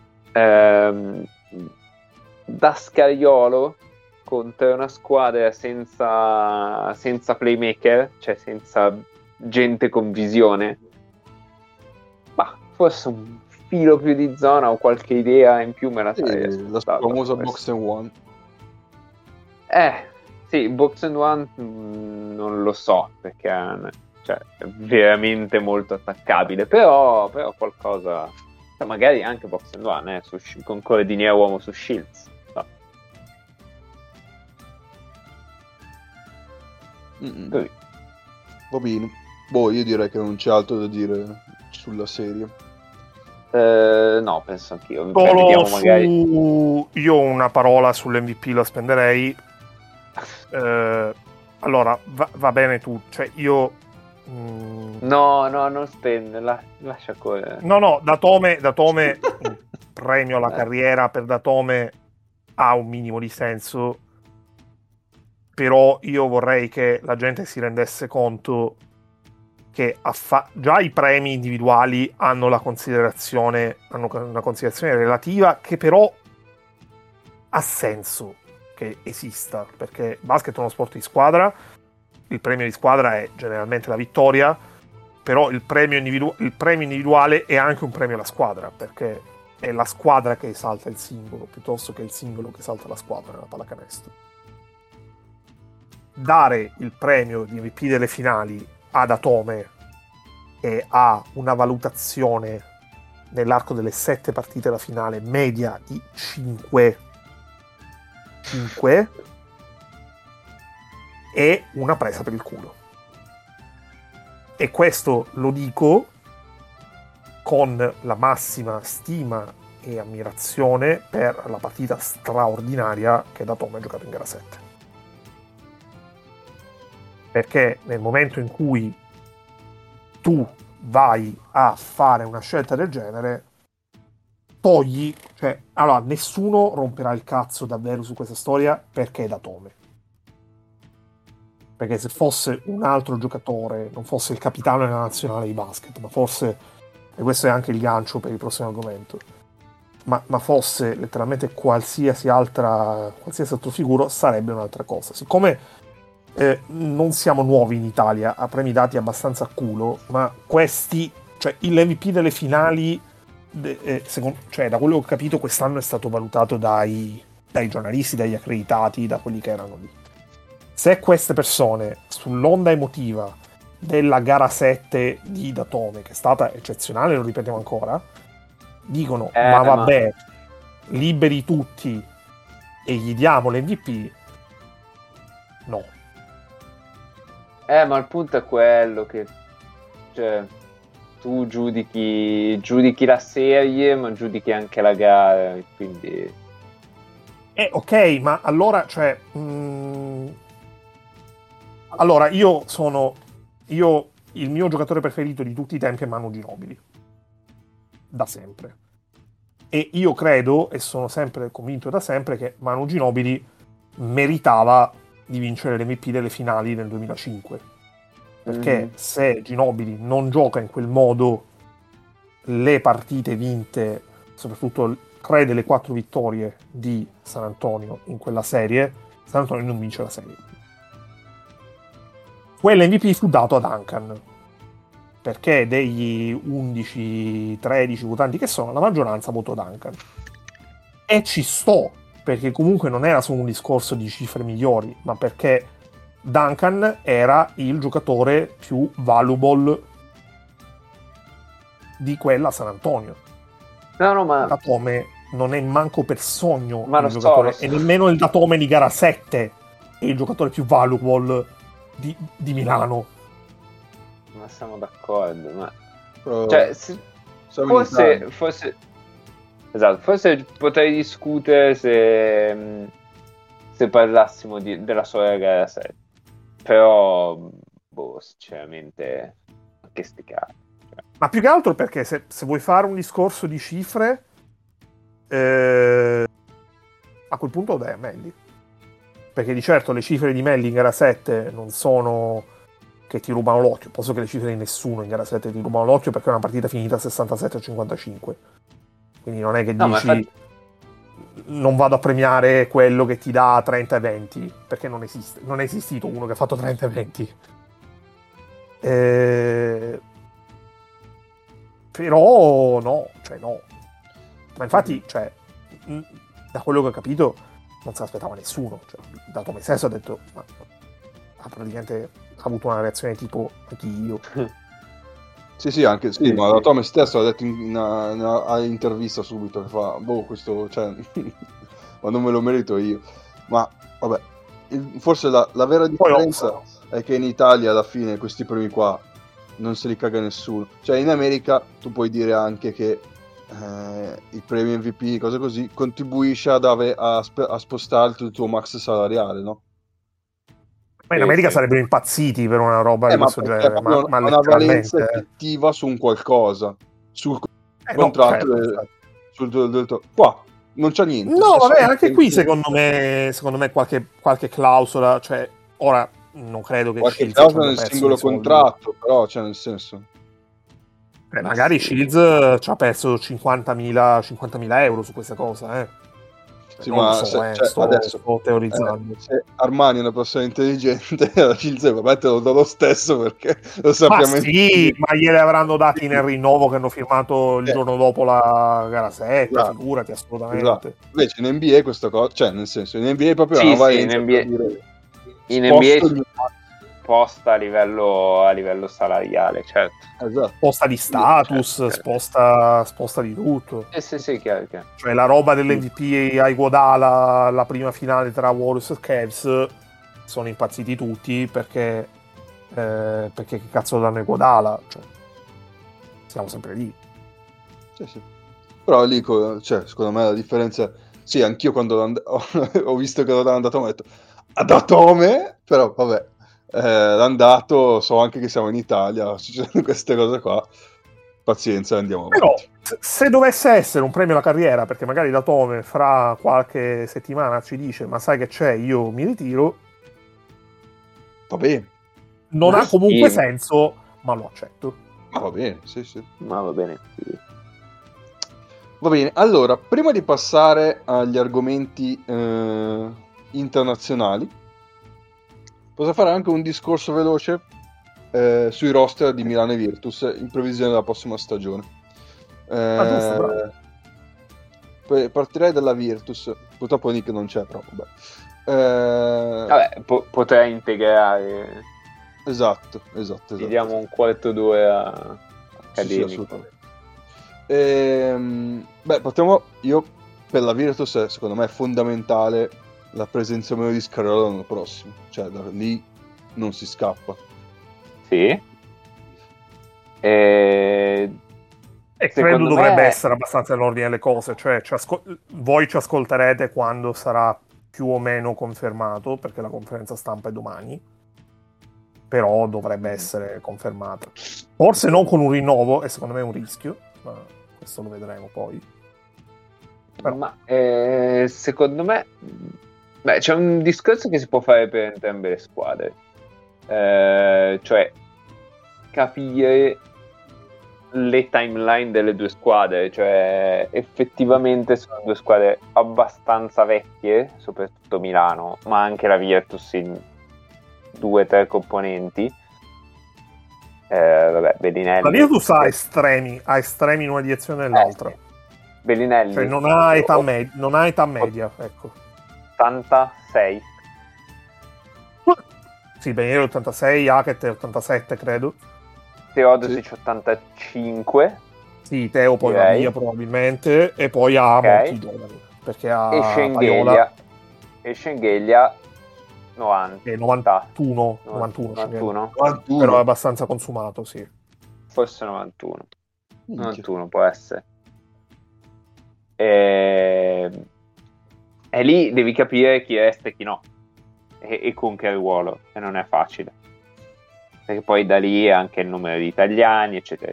da Scariolo contro una squadra senza playmaker, cioè senza gente con visione, ma forse un filo più di zona o qualche idea in più me la sarei aspettata. La famosa box and one. Sì, box and one non lo so, perché è veramente molto attaccabile, però qualcosa, magari anche box and one, con Cordinier uomo su Shields. Va bene. Io direi che non c'è altro da dire sulla serie. No, penso anch'io. Io una parola sull'MVP la spenderei. Allora, va bene tu, cioè io no, non spende, lascia correre. No, Datome un premio alla carriera per Datome ha un minimo di senso, però io vorrei che la gente si rendesse conto che già i premi individuali hanno una considerazione relativa che però ha senso che esista, perché il basket è uno sport di squadra, il premio di squadra è generalmente la vittoria, però il premio individuale è anche un premio alla squadra, perché è la squadra che esalta il singolo piuttosto che il singolo che esalta la squadra nella pallacanestro. Dare il premio di MVP delle finali ad Atome e ha una valutazione nell'arco delle 7 partite della finale media di 5 è una presa per il culo, e questo lo dico con la massima stima e ammirazione per la partita straordinaria che Atome ha giocato in gara 7, perché nel momento in cui tu vai a fare una scelta del genere togli, cioè, allora nessuno romperà il cazzo davvero su questa storia perché è Atome, perché se fosse un altro giocatore, non fosse il capitano della nazionale di basket, ma forse, e questo è anche il gancio per il prossimo argomento, ma fosse letteralmente qualsiasi altra figura, sarebbe un'altra cosa. Siccome non siamo nuovi in Italia a premi dati abbastanza a culo, ma questi, cioè l'MVP delle finali, cioè da quello che ho capito quest'anno è stato valutato dai giornalisti, dagli accreditati, da quelli che erano lì. Se queste persone sull'onda emotiva della gara 7 di Atome, che è stata eccezionale, lo ripetiamo ancora, dicono ma vabbè, liberi tutti e gli diamo l'MVP, no. Ma il punto è quello che, cioè, tu giudichi la serie, ma giudichi anche la gara, quindi... ok, ma allora, cioè... Allora, il mio giocatore preferito di tutti i tempi è Manu Ginobili. Da sempre. E io credo, e sono sempre convinto da sempre, che Manu Ginobili meritava di vincere l'MVP delle finali nel 2005. Perché se Ginobili non gioca in quel modo le partite vinte, soprattutto 3 delle 4 vittorie di San Antonio in quella serie, San Antonio non vince la serie. Quell'MVP fu dato a Duncan, perché degli 11-13 votanti che sono, la maggioranza votò Duncan. E ci sto, perché comunque non era solo un discorso di cifre migliori, ma perché Duncan era il giocatore più valuable di quella San Antonio. No, ma Atome non è manco per sogno ma il giocatore, e nemmeno il Atome di gara 7 è il giocatore più valuable di Milano. Ma siamo d'accordo, ma Cioè, forse esatto, forse potrei discutere se parlassimo della sua gara 7, però sinceramente che sti cazzi. Ma più che altro perché se vuoi fare un discorso di cifre, a quel punto dai a Melli, perché di certo le cifre di Melli in gara 7 non sono che ti rubano l'occhio. Posso che le cifre di nessuno in gara 7 ti rubano l'occhio, perché è una partita finita 67-55, quindi non è che dici infatti... non vado a premiare quello che ti dà 30-20, perché non esiste, non è esistito uno che ha fatto 30-20. Però no, ma infatti, cioè, da quello che ho capito non se l'aspettava nessuno, cioè, dato me stesso ha detto, ma ha praticamente avuto una reazione tipo anch'io. Sì, anche sì, ma la Tome stesso ha detto in una intervista subito che fa, questo, cioè, ma non me lo merito io. Ma vabbè, forse la vera differenza è che in Italia alla fine questi premi qua non se li caga nessuno. Cioè in America tu puoi dire anche che il premio MVP, cose così, contribuisce a spostarti il tuo max salariale, no? Ma in America sarebbero impazziti per una roba di questo genere, ma una valenza effettiva su un qualcosa, sul contratto, qua non c'è niente. No, vabbè, anche qui secondo me qualche clausola, cioè ora non credo che qualche Shields clausola ci nel abbia singolo perso dei soldi. contratto, però, cioè, nel senso... Magari sì. Shields ci ha perso 50.000 euro su questa cosa, Sì, non lo ma so, cioè, adesso sto teorizzando. se Armani è una persona intelligente, la Shields vabbè, te lo do lo stesso perché lo Ma sappiamo sì, ma gliele avranno dati nel rinnovo che hanno firmato il Eh, giorno dopo la gara 7, esatto, figurati, esatto. assolutamente. Invece in NBA questa cosa, cioè nel senso, in NBA proprio Sì, una sì, in valenza NBA, per dire in NBA sposto di... sposta a livello salariale, certo. Esatto. Sposta di status, certo. sposta di tutto. Sì, chiaro. Cioè la roba dell'MVP a Iguodala, la prima finale tra Warriors e Cavs, sono impazziti tutti perché che cazzo danno Iguodala? Cioè, siamo sempre lì. Sì. Però lì, cioè, secondo me la differenza... Sì, anch'io quando ho visto che l'hanno andato, ho detto, ad Atome? Però vabbè, l'andato, so anche che siamo in Italia, succedono queste cose qua, pazienza, andiamo Però avanti. se dovesse essere un premio alla carriera, perché magari la Tome fra qualche settimana ci dice ma sai che c'è, io mi ritiro, Va bene, non Ma ha comunque sì, senso, ma lo accetto. ma va bene, sì. ma va bene. Sì. Va bene, allora, prima di passare agli argomenti internazionali, posso fare anche un discorso veloce sui roster di Milano e Virtus in previsione della prossima stagione. Giusto, bravo. Partirei dalla Virtus, purtroppo Nick non c'è, però vabbè. Vabbè, potrei integrare. Esatto. Gli diamo un 4-2 a Sì, accademico. assolutamente. Partiamo. Io per la Virtus secondo me è fondamentale la presenza meno di Scariola l'anno prossimo, cioè da lì non si scappa. Sì. E credo dovrebbe essere abbastanza in ordine le cose, cioè voi ci ascolterete quando sarà più o meno confermato, perché la conferenza stampa è domani, però dovrebbe essere confermata. Forse non con un rinnovo, e secondo me è un rischio, ma questo lo vedremo poi. Però. Ma secondo me c'è un discorso che si può fare per entrambe le squadre, cioè capire le timeline delle due squadre, cioè effettivamente sono due squadre abbastanza vecchie, soprattutto Milano, ma anche la Virtus in 2-3 componenti. Bellinelli. La Virtus ha estremi in una direzione e nell'altra. Bellinelli. Cioè non ha età media, ecco. 86. Sì, Bellinelli 86, Hackett è 87, credo. Teodosic 85. Sì, Teo poi va via probabilmente, e poi ha molti giovani, perché ha Schengelia. E Schengelia 91, però è abbastanza consumato, sì. Forse 91 può essere. E lì devi capire chi resta e chi no, e con che ruolo, e non è facile, perché poi da lì anche il numero di italiani, eccetera.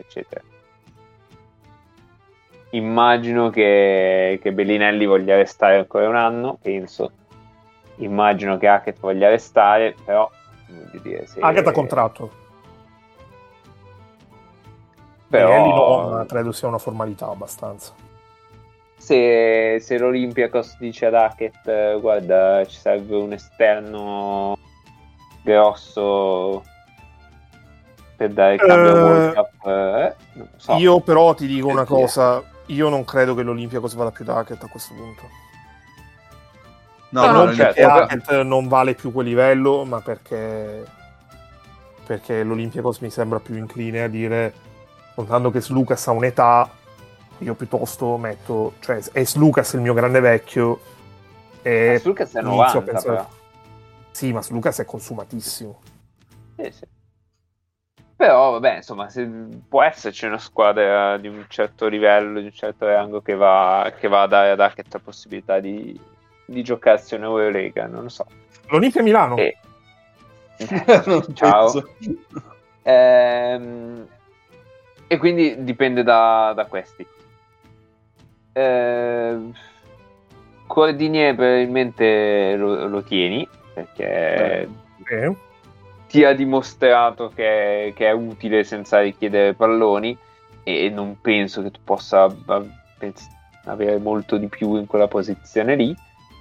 Immagino che Bellinelli voglia restare ancora un anno, penso. Immagino che Hackett voglia restare, però voglio dire, se... Hackett ha contratto. Però Bellinelli no, ma credo sia una formalità abbastanza. Se l'Olympiacos dice ad Hackett, guarda, ci serve un esterno grosso per dare il cambio a World Cup, non lo so. Io però ti dico una cosa, io non credo che l'Olympiacos vada più da Hackett a questo punto. Non perché Hackett non vale più quel livello, ma perché l'Olympiacos mi sembra più incline a dire, contando che Slucas ha un'età, io piuttosto metto, cioè è Slucas il mio grande vecchio, e Slucas è 90 però. Sì, ma Slucas è consumatissimo. Sì. Però vabbè, insomma, può esserci una squadra di un certo livello, di un certo rango che va a dare ad Hackett la possibilità di giocarsi un'Eurolega, non lo so. L'Olimpia Milano. Ciao. E quindi dipende da questi. Cordinier probabilmente lo tieni, perché ti ha dimostrato che è utile senza richiedere palloni, e non penso che tu possa avere molto di più in quella posizione lì.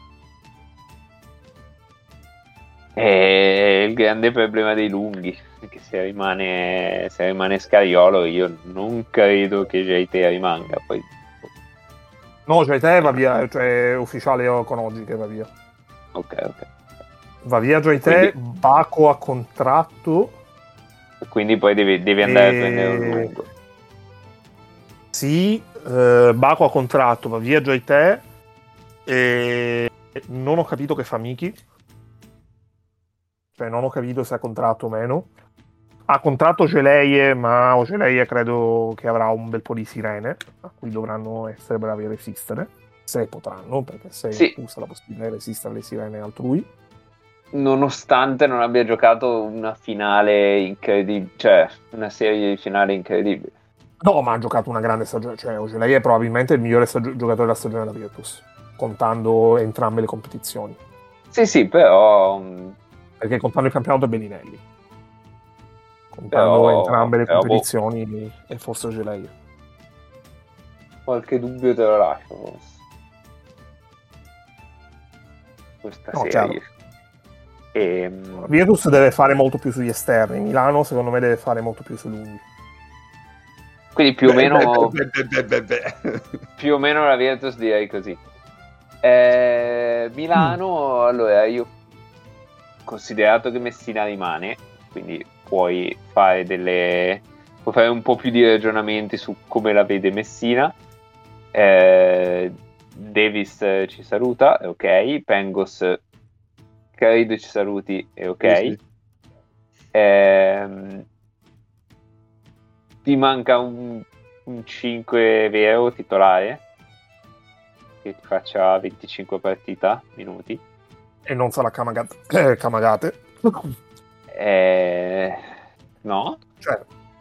È il grande problema dei lunghi, perché se rimane Scariolo io non credo che JT rimanga. Poi No, cioè te va via, cioè è ufficiale con oggi che va via. Ok. Va via JT, Bako a contratto. Quindi poi devi andare a prendere un lungo. Sì, Bako a contratto, va via JT, e non ho capito che fa Miki. Cioè non ho capito se ha contratto o meno. Ha contratto Geleie, ma Geleie credo che avrà un bel po' di sirene a cui dovranno essere bravi a resistere, se potranno, perché se usa la possibilità di resistere alle sirene altrui. Nonostante non abbia giocato una finale incredibile, cioè una serie di finali incredibili. No, ma ha giocato una grande stagione, cioè Geleie è probabilmente il migliore giocatore della stagione della Virtus, contando entrambe le competizioni. Sì, però... Perché contando il campionato è Bellinelli. Contando entrambe le competizioni è forse Geleie. Qualche dubbio te lo lascio, forse. Questa serie. Virtus deve fare molto più sugli esterni, Milano secondo me deve fare molto più sui lunghi. Quindi più o meno più o meno la Virtus direi così. Milano, allora io, considerato che Messina rimane, quindi puoi fare un po' più di ragionamenti su come la vede Messina. Davis ci saluta, è ok. Pengos credo ci saluti, è ok. Sì. Ti manca un 5 vero titolare che ti faccia 25 minuti e non sarà Kamagate. No, cioè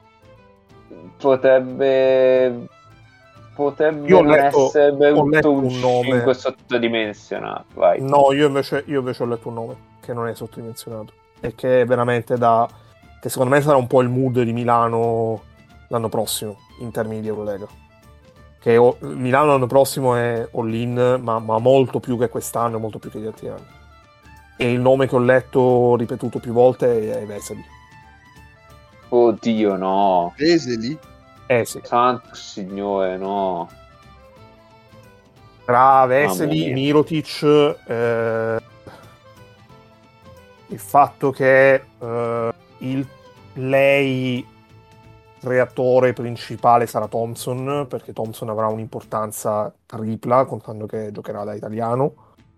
potrebbe non essere brutto un 5 sottodimensionato. Vai. No, io invece ho letto un nome che non è sottodimensionato e che è veramente che secondo me sarà un po' il mood di Milano l'anno prossimo in termini di Eurolega. Che Milano l'anno prossimo è all-in, ma molto più che quest'anno e molto più che gli altri anni. E il nome che ho letto ripetuto più volte è Vesely. Oddio, no. Vesely? Sì. Santo signore, no. Tra Vesely, Mirotic, il fatto che lei creatore principale sarà Thompson, perché Thompson avrà un'importanza tripla, contando che giocherà da italiano,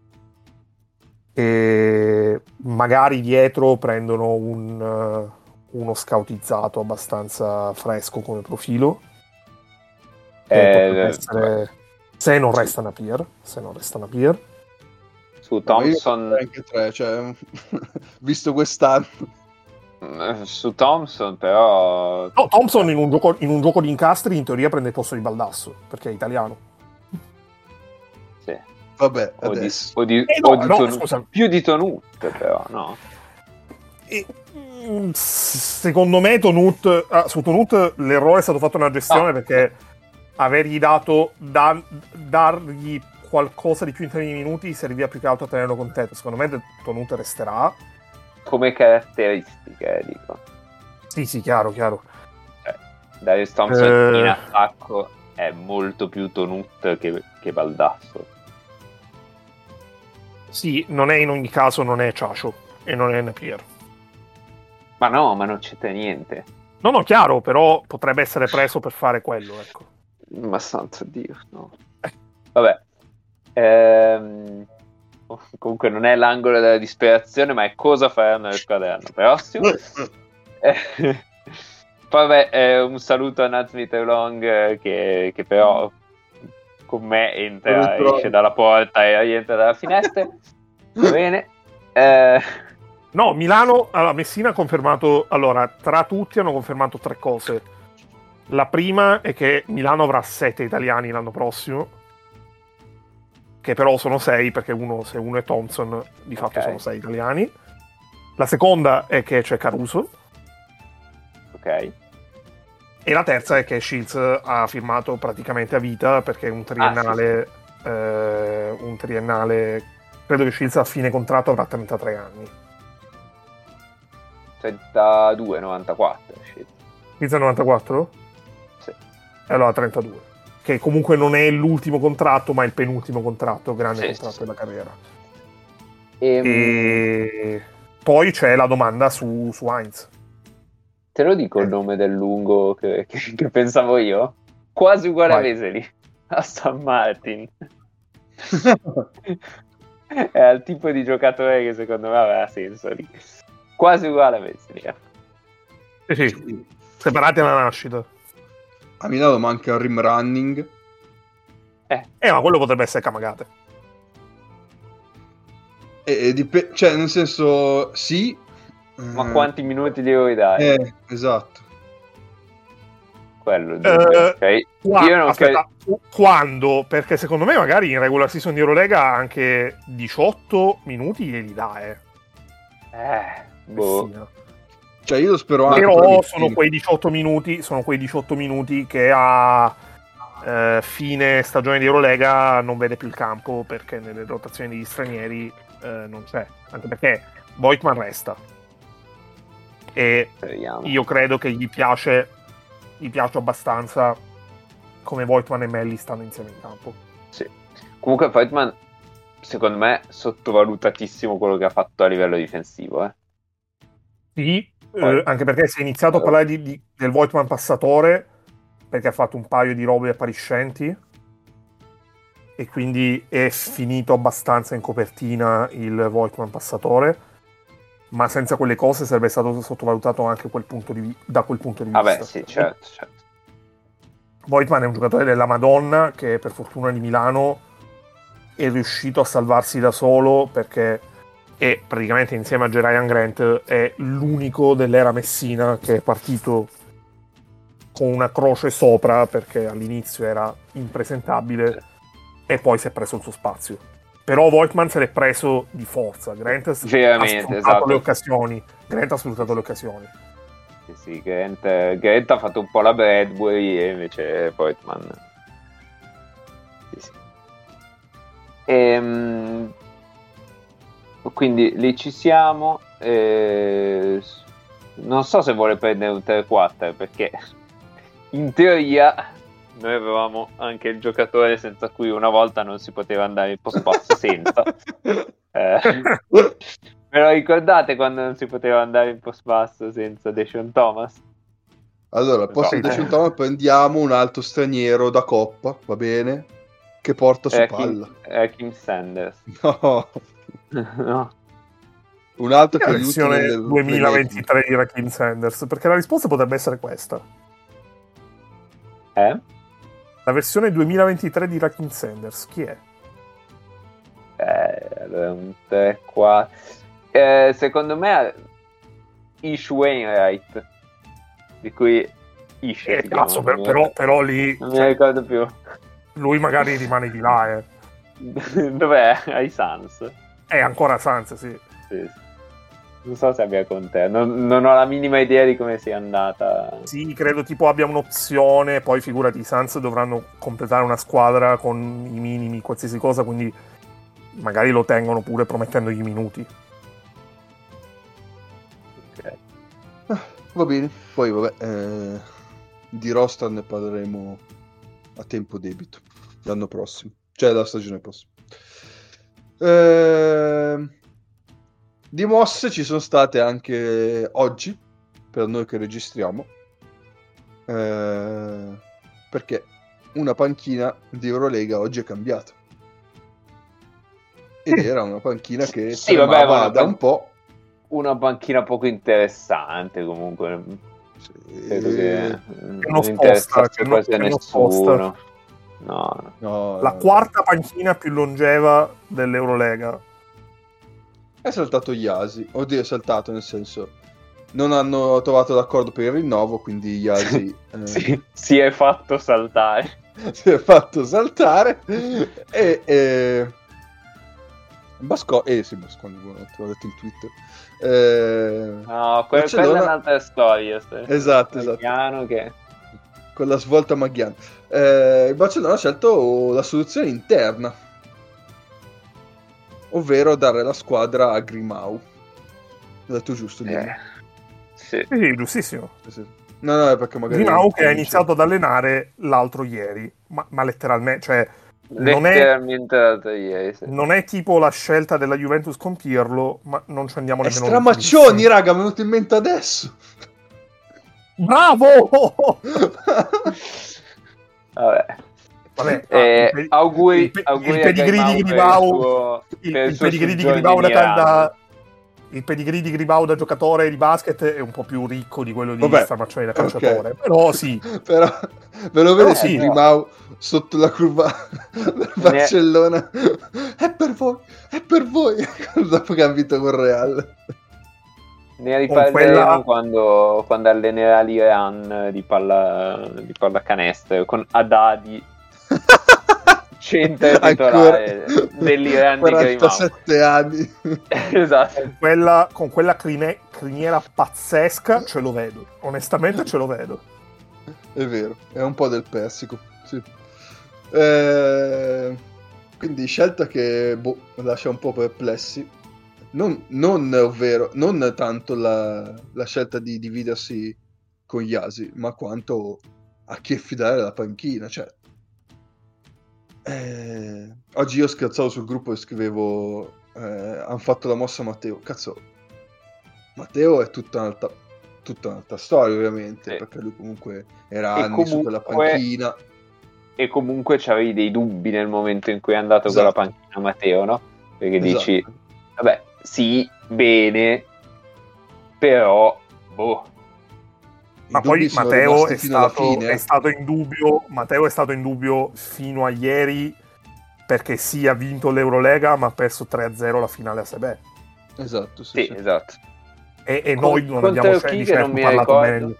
e magari dietro prendono uno scautizzato abbastanza fresco come profilo, essere, se non resta Napier su Thompson anche 3, cioè visto quest'anno. Su Thompson però no, Thompson in un gioco di incastri in teoria prende il posto di Baldasso perché è italiano. Sì. Vabbè, più di Tonut però, no? Secondo me su Tonut l'errore è stato fatto nella gestione, perché avergli dato dargli qualcosa di più in termini di minuti serviva più che altro a tenerlo contento. Secondo me Tonut resterà come caratteristiche, dico. Sì, chiaro. Darius Thompson in attacco è molto più Tonut che Baldasso. Sì, non è in ogni caso, non è Ciacio e non è Napier. Ma no, ma non c'entra niente. No, chiaro, però potrebbe essere preso per fare quello, ecco. Ma santo Dio, no. Vabbè. Comunque non è l'angolo della disperazione, ma è cosa faranno nel squadre l'anno prossimo. Vabbè, un saluto a Nazmi Long che però con me esce dalla porta e rientra dalla finestra. Va bene. No, Milano, Messina ha confermato, tra tutti hanno confermato 3 cose. La prima è che Milano avrà 7 italiani l'anno prossimo, che però sono 6 perché se uno è Thompson di fatto sono 6 italiani. La seconda è che c'è Caruso. Ok. E la terza è che Shields ha firmato praticamente a vita, perché è un triennale. Sì. Un triennale. Credo che Shields a fine contratto avrà 33 anni. 32, 94. Shields è 94? Sì. E allora 32. Che comunque non è l'ultimo contratto, ma è il penultimo contratto, grande contratto della carriera. E poi c'è la domanda su Heinz. Te lo dico il nome del lungo che pensavo io? Quasi uguale a Vesely, a San Martin. È il tipo di giocatore che secondo me aveva senso lì. Quasi uguale a Vesely. Sì. Separati alla nascita. A Milano manca il rim running. Ma quello potrebbe essere Kamagate. Cioè, nel senso, sì. Ma quanti minuti devo dare? Esatto. Quello okay. Io non aspetta, quando? Perché secondo me magari in regular season di Eurolega anche 18 minuti glieli dà, boh. Cioè io lo spero anche. Però sono quei 18 minuti che a fine stagione di Eurolega non vede più il campo, perché nelle rotazioni degli stranieri non c'è, anche perché Voigtman resta e io credo che gli piace abbastanza come Voigtman e Melli stanno insieme in campo. Sì. Comunque Voigtman secondo me sottovalutatissimo quello che ha fatto a livello difensivo. Sì, anche perché si è iniziato a parlare del Voigtman passatore, perché ha fatto un paio di robe appariscenti e quindi è finito abbastanza in copertina il Voigtman passatore, ma senza quelle cose sarebbe stato sottovalutato anche da quel punto di vista. Vabbè, sì, certo. Voigtman è un giocatore della Madonna che per fortuna di Milano è riuscito a salvarsi da solo, perché è praticamente insieme a Jerian Grant è l'unico dell'era Messina che è partito con una croce sopra, perché all'inizio era impresentabile e poi si è preso il suo spazio. Però Voigtman se l'è preso di forza. Grant ha sfruttato le occasioni. Sì, Grant ha fatto un po' la Bradbury e invece Voigtman sì. Quindi lì ci siamo. Non so se vuole prendere un 3-4, perché in teoria noi avevamo anche il giocatore senza cui una volta non si poteva andare in post-pass senza. Me lo ricordate quando non si poteva andare in post-pass senza Deshaun Thomas? Allora, al posto di Deshaun Thomas prendiamo un altro straniero da coppa, va bene? Che porta su palla. Kim Sanders. No. Un altro che aiuta nel 2023 di Raheem Sanders, perché la risposta potrebbe essere questa. La versione 2023 di Raheem Sanders, chi è? Allora un 3-4. Secondo me Ish Wainwright, di cui Ish cazzo, però lì non mi ricordo più. Lui magari rimane di là. Dov'è? Ai Suns? È ancora Suns, sì. Non so se abbia con te, non ho la minima idea di come sia andata. Sì, credo tipo abbia un'opzione, poi figurati, i Suns dovranno completare una squadra con i minimi, qualsiasi cosa, quindi magari lo tengono pure promettendogli minuti. Okay. Va bene, poi vabbè, di roster ne parleremo a tempo debito l'anno prossimo, cioè la stagione prossima. Di mosse ci sono state anche oggi, per noi che registriamo, perché una panchina di Eurolega oggi è cambiata. Ed era una panchina che da un po'. Una panchina poco interessante comunque. Credo che non interessasse quasi a nessuno. No. La quarta panchina più longeva dell'Eurolega. È saltato Iasi, oddio è saltato nel senso non hanno trovato l'accordo per il rinnovo, quindi Iasi si è fatto saltare e Sì, Basconi, buonanotte, ho detto il Twitter. No, quella è un'altra storia. Esatto. Che... Con la svolta Maghiano. Il Barcellona ha scelto la soluzione interna, ovvero dare la squadra a Grimau. L'ho detto giusto? Sì, giustissimo. Sì. No, è perché magari Grimau che ha iniziato ad allenare l'altro ieri, ma letteralmente, cioè l'altro ieri, sì. Non è tipo la scelta della Juventus con Pirlo, ma non ci andiamo nemmeno. È Stramaccioni, raga, mi è venuto in mente adesso. Bravo! Vabbè, auguri il pedigree di Grimau, il pedigree di Gribau da giocatore di basket è un po' più ricco di quello di Stramaccioni da calciatore, okay. Però sì. Però ve lo vedo su Grimau sotto la curva del Barcellona. È per voi. Dopo che ha vinto con Real. Ne riparleremo quando allenerà l'Iran di pallacanestro con Haddadi. Centro titolare dell'Iran di Grimau. 47 anni. Esatto. Con quella criniera pazzesca ce lo vedo. Onestamente ce lo vedo. È vero, è un po' del Persico. Sì. Quindi scelta che lascia un po' perplessi. Non tanto la scelta di dividersi con Yasi, ma quanto a chi affidare la panchina, cioè. Oggi io scherzavo sul gruppo e scrivevo hanno fatto la mossa a Matteo. Cazzo, Matteo è tutta un'altra storia, ovviamente, perché lui comunque era anni su quella panchina. E comunque c'avevi dei dubbi nel momento in cui è andato con la panchina Matteo, no? Perché dici, vabbè, sì, bene, però ma poi Matteo è stato in dubbio. Matteo è stato in dubbio fino a ieri, perché sì, ha vinto l'Eurolega, ma ha perso 3-0 la finale a Sebè. Esatto, sì. Esatto. E noi non abbiamo parlato bene.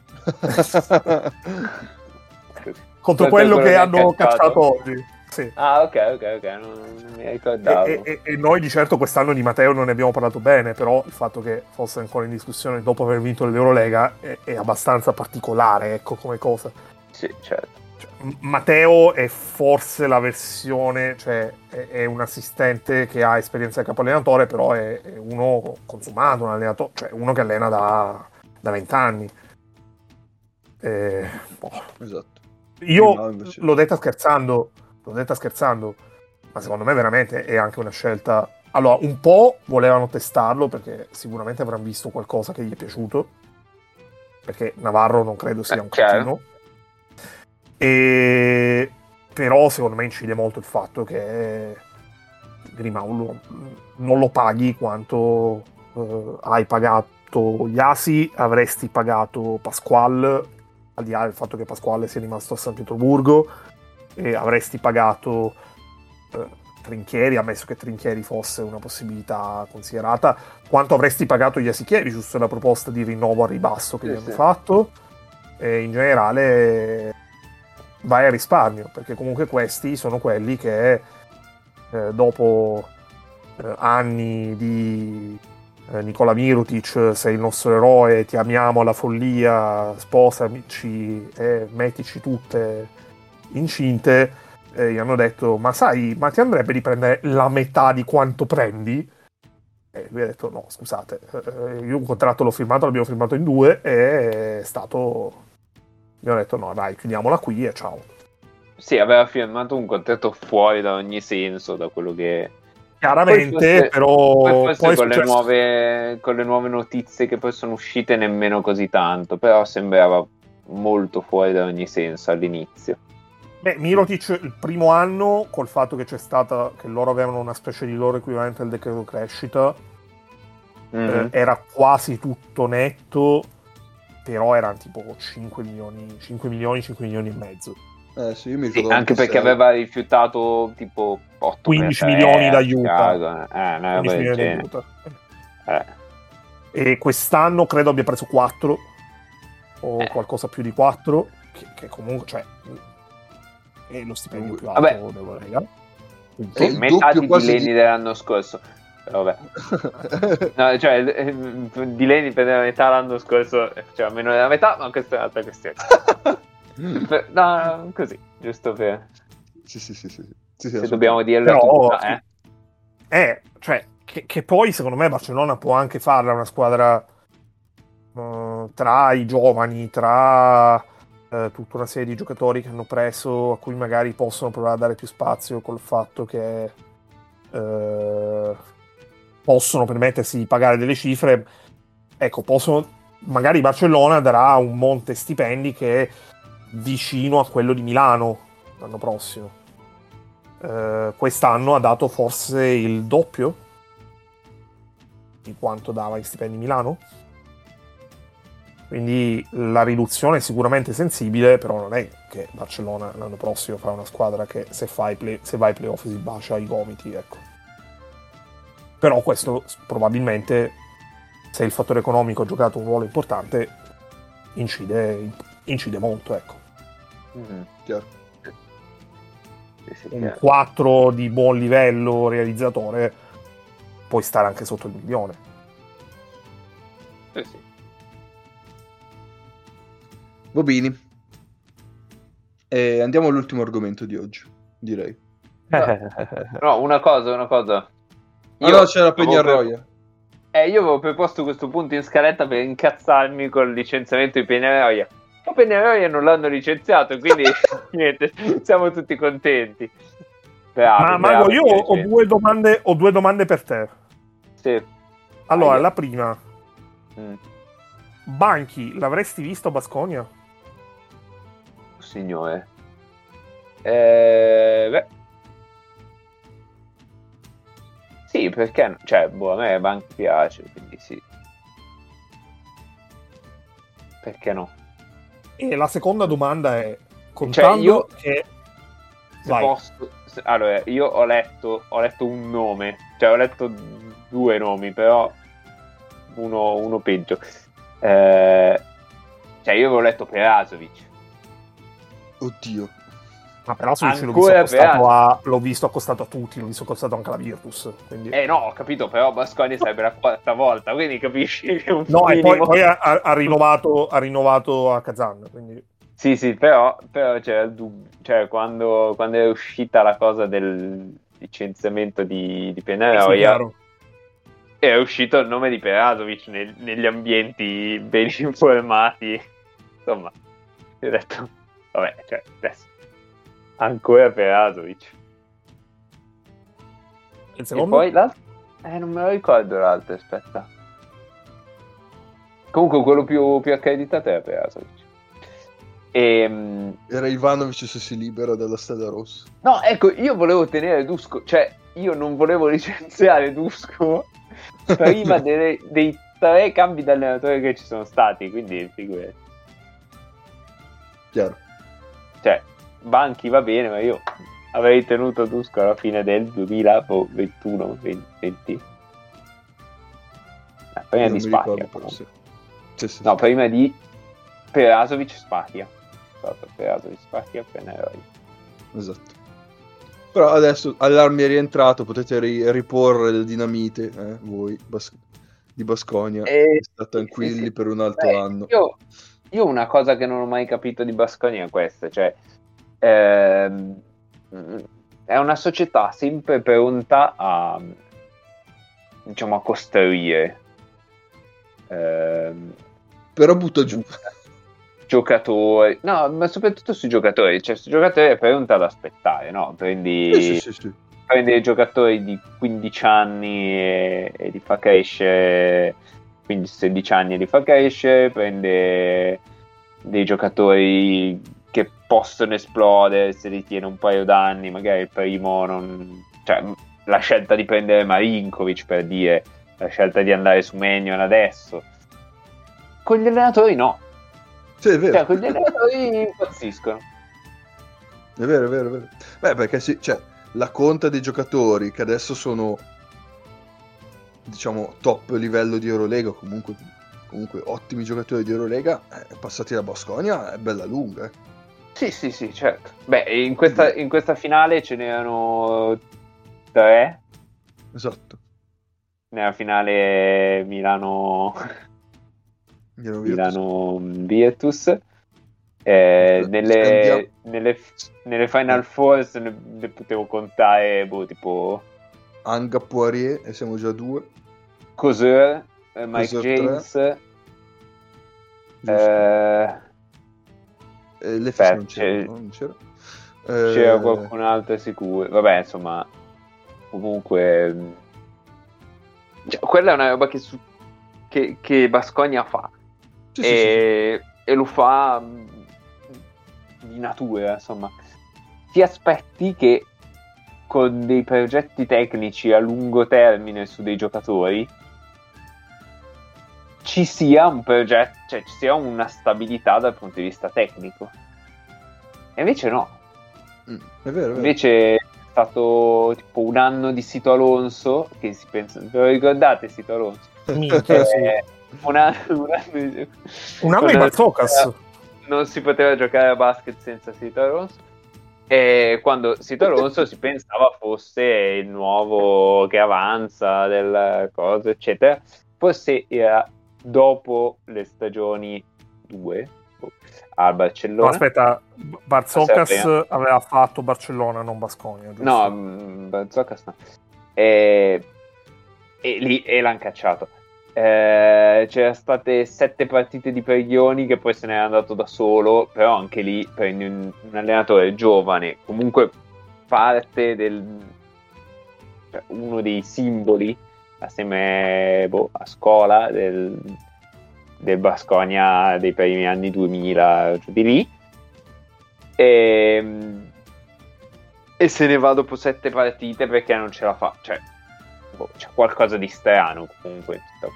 Contro quello che hanno cacciato oggi. Sì. Ah, ok, non mi ricordavo. E noi di certo quest'anno di Matteo non ne abbiamo parlato bene, però il fatto che fosse ancora in discussione dopo aver vinto l'Eurolega è abbastanza particolare, ecco, come cosa. Sì, certo. Matteo è forse la versione, cioè è un assistente che ha esperienza di capo allenatore, però è uno consumato, un allenatore, cioè uno che allena da 20 anni. Esatto. Io l'ho detta scherzando, ma secondo me veramente è anche una scelta. Allora, un po' volevano testarlo perché sicuramente avranno visto qualcosa che gli è piaciuto, perché Navarro non credo sia un cretino. Però secondo me incide molto il fatto che Grimau non lo paghi quanto hai pagato Yasi, avresti pagato Pasquale, al di là del fatto che Pasquale sia rimasto a San Pietroburgo, e avresti pagato Trinchieri, ammesso che Trinchieri fosse una possibilità considerata, quanto avresti pagato Jasikevičius sulla proposta di rinnovo a ribasso che gli hanno fatto, e in generale vai a risparmio, perché comunque questi sono quelli che dopo anni di Nikola Mirotic, sei il nostro eroe, ti amiamo alla follia, sposamici e mettici tutte incinte, gli hanno detto ma ti andrebbe di prendere la metà di quanto prendi? E lui ha detto no, scusate, io un contratto l'abbiamo firmato in 2 e è stato... Mi ho detto no dai, chiudiamola qui e ciao. Sì, aveva firmato un contratto fuori da ogni senso, da quello che... Chiaramente, poi con le nuove notizie che poi sono uscite nemmeno così tanto, però sembrava molto fuori da ogni senso all'inizio. Beh, Mirotic il primo anno, col fatto che c'è stata, che loro avevano una specie di loro equivalente al decreto crescita, era quasi tutto netto, però erano tipo 5 milioni e mezzo. Sì, io mi ricordo anche perché aveva rifiutato tipo 15 milioni d'aiuto. 15 milioni d'aiuto. E quest'anno credo abbia preso 4 o qualcosa più di 4, che comunque, cioè, è lo stipendio più alto della Lega. metà di Delaney dell'anno scorso. Vabbè. No, cioè Delaney prendeva la metà l'anno scorso, cioè meno della metà, ma questa è un'altra questione. No, così, giusto per... Sì, se dobbiamo dirlo tutta, cioè, che poi secondo me Barcellona può anche farla una squadra tra i giovani, tra tutta una serie di giocatori che hanno preso, a cui magari possono provare a dare più spazio col fatto che possono permettersi di pagare delle cifre. Ecco, magari Barcellona darà un monte stipendi che è vicino a quello di Milano l'anno prossimo. Quest'anno ha dato forse il doppio di quanto dava in stipendi Milano, quindi la riduzione è sicuramente sensibile, però non è che Barcellona l'anno prossimo fa una squadra che se va ai playoff si bacia i gomiti, ecco. Però questo probabilmente, se il fattore economico ha giocato un ruolo importante, incide molto, ecco. Chiaro. Un 4 di buon livello realizzatore puoi stare anche sotto il 1 milione. Sì. Va bene. Andiamo all'ultimo argomento di oggi, direi. No, una cosa. No, c'era Peñarroya. Io avevo proposto questo punto in scaletta per incazzarmi col licenziamento di Peñarroya. Ma Peñarroya non l'hanno licenziato, quindi niente, siamo tutti contenti. Ma Mago, io ho due domande per te. Sì. Allora, la prima. Banchi, l'avresti visto a Baskonia? Signore. Beh. Sì, perché no? Cioè, a me Banchi piace, quindi sì. Perché no? E la seconda domanda è, contando che... Allora, io ho letto un nome, cioè ho letto 2 nomi, però uno peggio. Cioè, io avevo letto Perasovic. Oddio. Ma Perasovic l'ho visto accostato a tutti, l'ho visto accostato anche alla Virtus. Quindi... no, ho capito, però Baskonia sarebbe la 4ª volta, quindi capisci che è un e poi ha rinnovato a Kazan, quindi... Sì, però c'era il dubbio, cioè quando è uscita la cosa del licenziamento di Peñarroya, è uscito il nome di Perasovic negli ambienti ben informati, insomma, ho detto, vabbè, cioè, adesso, ancora Perasovic. Il secondo? E poi l'altro? Non me lo ricordo l'altro, aspetta. Comunque quello più accreditato era Perasovic. Era Ivanovic se si libera dalla Stella Rossa. No, ecco, io volevo tenere Duško, cioè io non volevo licenziare Duško prima dei 3 cambi di allenatore che ci sono stati, quindi figurati. Chiaro. Cioè, Banchi va bene, ma io avrei tenuto Duško alla fine del 2021-20. Prima di Spagna. Sì. No, prima di Perasovic Spagna. Perasovic Spagna, Peñarroya. Esatto. Però adesso all'armi è rientrato, potete riporre il dinamite, voi di Baskonia, state tranquilli per un altro anno. Io una cosa che non ho mai capito di Baskonia è questa, cioè è una società sempre pronta a, diciamo, a costruire, però butta giù giocatori, no, ma soprattutto sui giocatori, cioè sui giocatori è pronta ad aspettare, no? Prendi dei giocatori di 15 anni e li fa crescere, 15-16 anni e li fa crescere, prende dei giocatori che possono esplodere se li tiene un paio d'anni, magari il primo non... cioè la scelta di prendere Marinkovic, per dire, la scelta di andare su Maignan adesso, con gli allenatori no. Sì, è vero. Cioè, con gli allenatori impazziscono. È vero. Beh, perché sì, cioè, la conta dei giocatori che adesso sono, diciamo, top livello di Eurolega, comunque ottimi giocatori di Eurolega, passati da Baskonia è bella lunga. Sì, certo. Beh, in questa finale ce n'erano 3. Esatto. Nella finale Milano-Virtus. Nelle Final Four ne potevo contare tipo Anga, Poirier, e siamo già 2. Coser, Mike James, non c'era. C'era qualcun altro sicuro. Vabbè, insomma, comunque quella è una roba che Baskonia fa. Sì. E lo fa di natura, insomma. Ti aspetti che con dei progetti tecnici a lungo termine su dei giocatori ci sia un progetto, cioè ci sia una stabilità dal punto di vista tecnico. E invece no. È vero. Invece è stato tipo un anno di Sito Alonso, che si pensa, ve lo ricordate Sito Alonso? Un anno di Barzokas. Non si poteva giocare a basket senza Sito Alonso, e quando Sito Alonso si pensava fosse il nuovo che avanza del coso, eccetera. Forse era dopo le stagioni 2 al Barcellona. No, aspetta, Barzokas aveva fatto Barcellona, non Baskonia, giusto? No, Barzokas no. E l'hanno cacciato. C'erano state 7 partite di Periglioni che poi se n'è andato da solo, però anche lì prendi un allenatore giovane, comunque parte cioè uno dei simboli assieme a Scola del Baskonia dei primi anni 2000, giù di lì, e se ne va dopo 7 partite perché non ce la fa, cioè c'è qualcosa di strano comunque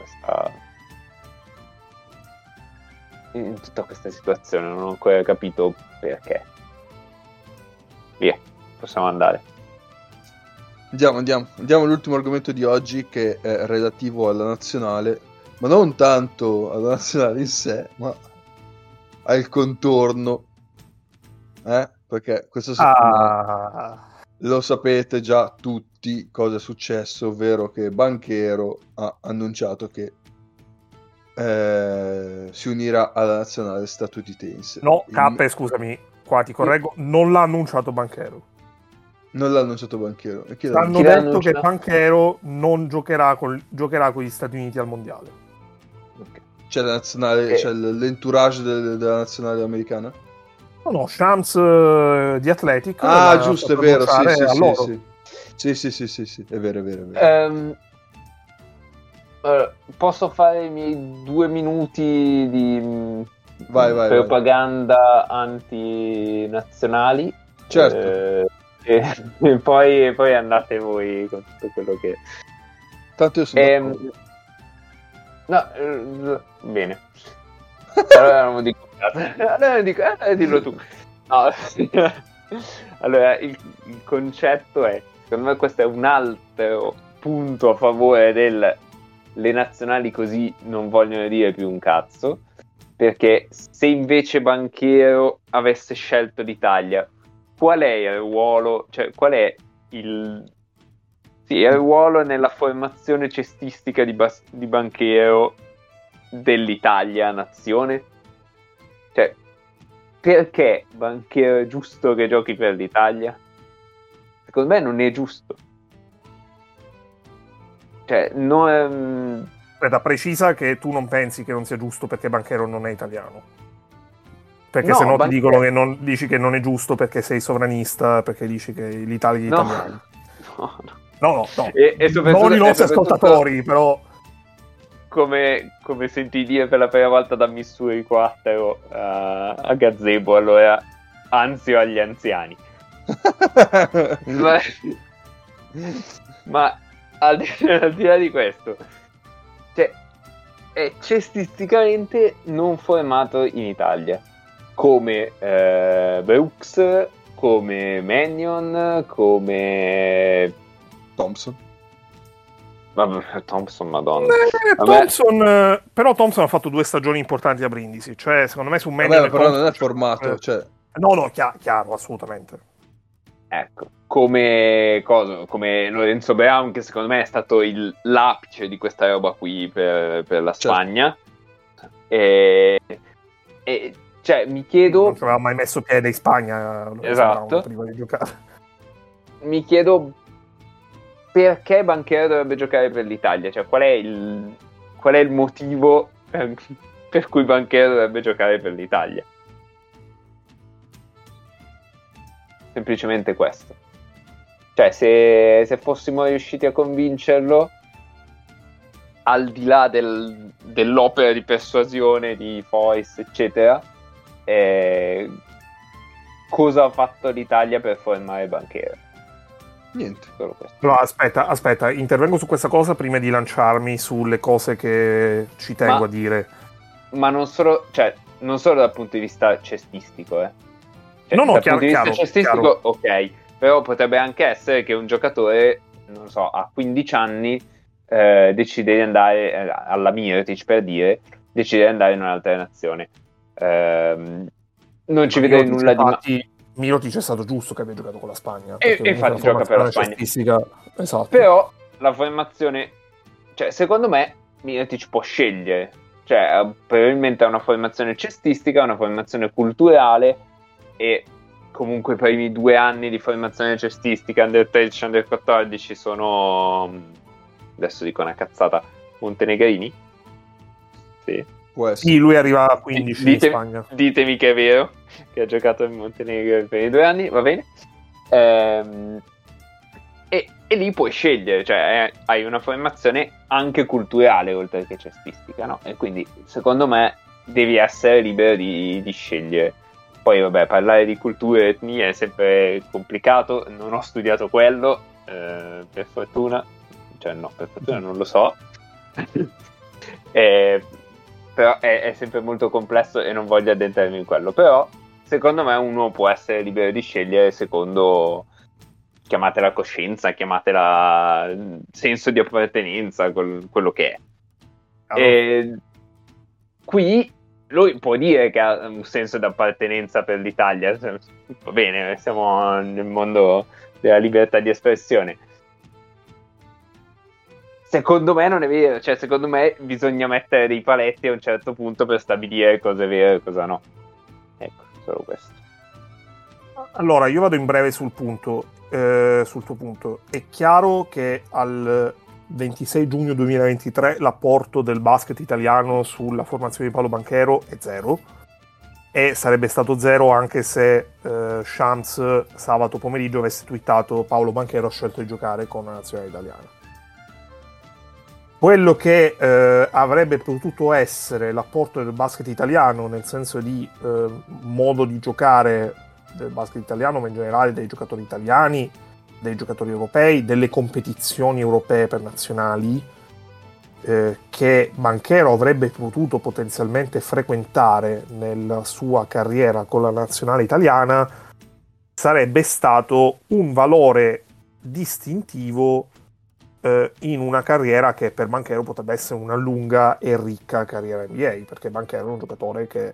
in tutta questa situazione, non ho ancora capito perché. Via, possiamo andare. Andiamo all'ultimo argomento di oggi, che è relativo alla nazionale, ma non tanto alla nazionale in sé, ma al contorno, perché questa settimana lo sapete già tutti cosa è successo, ovvero che Banchero ha annunciato che si unirà alla nazionale statunitense. No, scusami, qua ti correggo, non l'ha annunciato Banchero. Non l'ha annunciato Banchero. Hanno detto che Banchero non giocherà con gli Stati Uniti al mondiale. Okay. C'è la nazionale, c'è l'entourage della nazionale americana? No, Shams di Athletic. Giusto, è vero, sì, è vero. Posso fare i miei 2 minuti di propaganda antinazionali? Certo. E poi andate voi con tutto quello che... Tanto io sono bene. Allora non dico dillo tu. No. Allora il concetto è, secondo me questo è un altro punto a favore le nazionali così non vogliono dire più un cazzo, perché se invece Banchero avesse scelto l'Italia, qual è il ruolo, cioè qual è il ruolo nella formazione cestistica di Banchero dell'Italia nazione? Cioè, perché Banchero è giusto che giochi per l'Italia? Secondo me non è giusto. Cioè, non... Aspetta, precisa che tu non pensi che non sia giusto perché Banchero non è italiano. Perché no, se no ti dicono che dici che non è giusto perché sei sovranista, perché dici che l'Italia è gli italiani. No. E non i nostri ascoltatori, però... Come sentì dire per la prima volta da Missuri 4 a Gazebo, allora ansio agli anziani. ma al di là di questo, cioè, è cestisticamente non formato in Italia, come Brooks, come Mannion, come Thompson. Vabbè, Thompson, madonna. Però Thompson ha fatto 2 stagioni importanti a Brindisi, cioè secondo me su Mannion però non è formato, cioè... No, chiaro, assolutamente. ecco, come Lorenzo Brown, che secondo me è stato l'apice di questa roba qui per la Spagna. E cioè mi chiedo, non ci aveva mai messo piede in Spagna, esatto, prima di giocare. Mi chiedo perché Banchero dovrebbe giocare per l'Italia, cioè qual è il motivo per cui Banchero dovrebbe giocare per l'Italia. Semplicemente questo. Cioè, se fossimo riusciti a convincerlo, al di là dell'opera di persuasione di Foyce, eccetera, cosa ha fatto l'Italia per formare Banchero? Niente. Solo questo. No, aspetta, intervengo su questa cosa prima di lanciarmi sulle cose che ci tengo a dire. Ma non solo dal punto di vista cestistico, Cioè, no, dal punto di vista cestistico, chiaro. ok, però potrebbe anche essere che un giocatore, non so, a 15 anni decide di andare alla Mirotic, per dire, decide di andare in un'altra nazione. Non ci vede nulla di Mirotic è stato giusto che abbia giocato con la Spagna. E infatti gioca per la Spagna. Esatto. Però la formazione, cioè, secondo me Mirotic può scegliere. Cioè, probabilmente è una formazione cestistica, una formazione culturale, e comunque i primi 2 anni di formazione cestistica, under 13, under 14, sono, adesso dico una cazzata, montenegrini. Sì, lui arriva a 15 in Spagna. Ditemi che è vero, che ha giocato in Montenegro per i 2 anni, va bene. E lì puoi scegliere, cioè hai una formazione anche culturale oltre che cestistica, no? E quindi secondo me devi essere libero di scegliere. Poi vabbè, parlare di culture e etnie è sempre complicato, non ho studiato quello, per fortuna, cioè no, per fortuna non lo so. Però è sempre molto complesso e non voglio addentrarmi in quello. Però secondo me uno può essere libero di scegliere secondo, chiamatela coscienza, chiamatela senso di appartenenza, quello che è. E qui lui può dire che ha un senso di appartenenza per l'Italia, va bene, siamo nel mondo della libertà di espressione. Secondo me non è vero, cioè secondo me bisogna mettere dei paletti a un certo punto per stabilire cosa è vero e cosa no. Ecco, solo questo. Allora, io vado in breve sul punto, sul tuo punto. È chiaro che al 26 giugno 2023 l'apporto del basket italiano sulla formazione di Paolo Banchero è 0, e sarebbe stato 0 anche se Shams sabato pomeriggio avesse twittato: Paolo Banchero ha scelto di giocare con la nazionale italiana. Quello che avrebbe potuto essere l'apporto del basket italiano, nel senso di modo di giocare del basket italiano, ma in generale dei giocatori italiani, dei giocatori europei, delle competizioni europee per nazionali, che Banchero avrebbe potuto potenzialmente frequentare nella sua carriera con la nazionale italiana, sarebbe stato un valore distintivo in una carriera che per Banchero potrebbe essere una lunga e ricca carriera NBA, perché Banchero è un giocatore che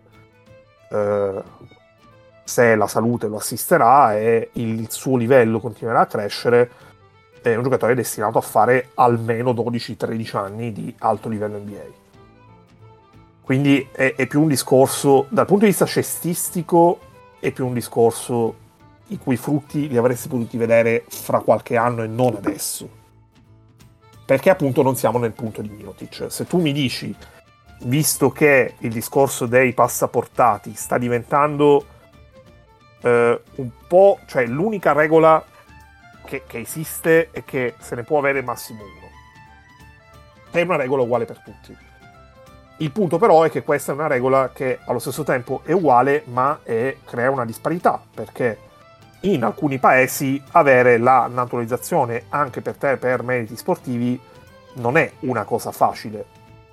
se la salute lo assisterà e il suo livello continuerà a crescere, è un giocatore destinato a fare almeno 12-13 anni di alto livello NBA. Quindi è più un discorso, dal punto di vista cestistico, è più un discorso i cui frutti li avresti potuti vedere fra qualche anno e non adesso. Perché appunto non siamo nel punto di Mirotic. Se tu mi dici, visto che il discorso dei passaportati sta diventando un po', cioè l'unica regola che esiste è che se ne può avere massimo uno, è una regola uguale per tutti. Il punto però è che questa è una regola che allo stesso tempo è uguale, ma crea una disparità, perché in alcuni paesi avere la naturalizzazione anche per te per meriti sportivi non è una cosa facile.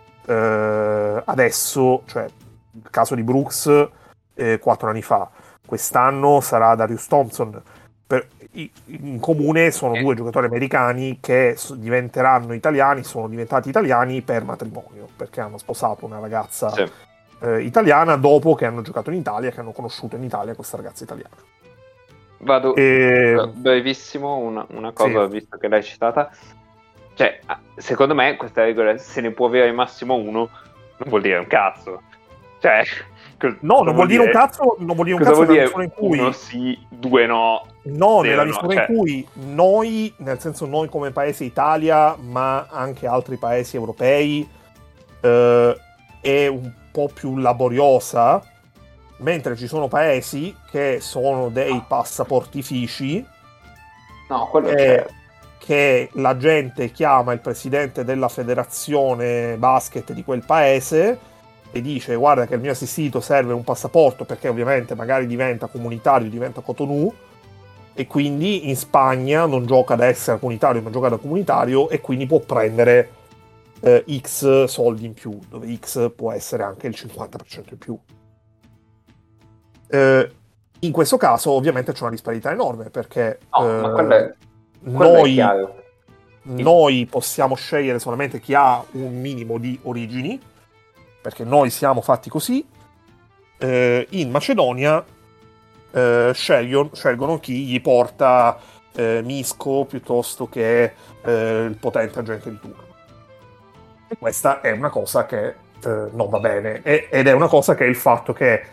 Adesso, cioè il caso di Brooks 4 anni fa, quest'anno sarà Darius Thompson. In comune sono 2 giocatori americani che diventeranno italiani, sono diventati italiani per matrimonio, perché hanno sposato una ragazza italiana dopo che hanno giocato in Italia, che hanno conosciuto in Italia questa ragazza italiana. Vado brevissimo, una cosa, sì, visto che l'hai citata. Cioè, secondo me questa regola, se ne può avere massimo uno, non vuol dire un cazzo. Cioè, no, non vuol dire un cazzo, non vuol dire un cazzo nella misura in cui uno sì, due no. No, nella misura in cui noi, nel senso noi come paese Italia, ma anche altri paesi europei, è un po' più laboriosa, mentre ci sono paesi che sono dei passaportifici, che la gente chiama il presidente della federazione basket di quel paese e dice: guarda che il mio assistito serve un passaporto, perché ovviamente magari diventa comunitario, diventa Cotonou, e quindi in Spagna non gioca da extracomunitario ma gioca da comunitario, e quindi può prendere X soldi in più, dove X può essere anche il 50% in più. In questo caso ovviamente c'è una disparità enorme, perché noi possiamo scegliere solamente chi ha un minimo di origini, perché noi siamo fatti così. In Macedonia scelgono chi gli porta Misco piuttosto che il potente agente di turno. E questa è una cosa che non va bene, ed è una cosa che è il fatto che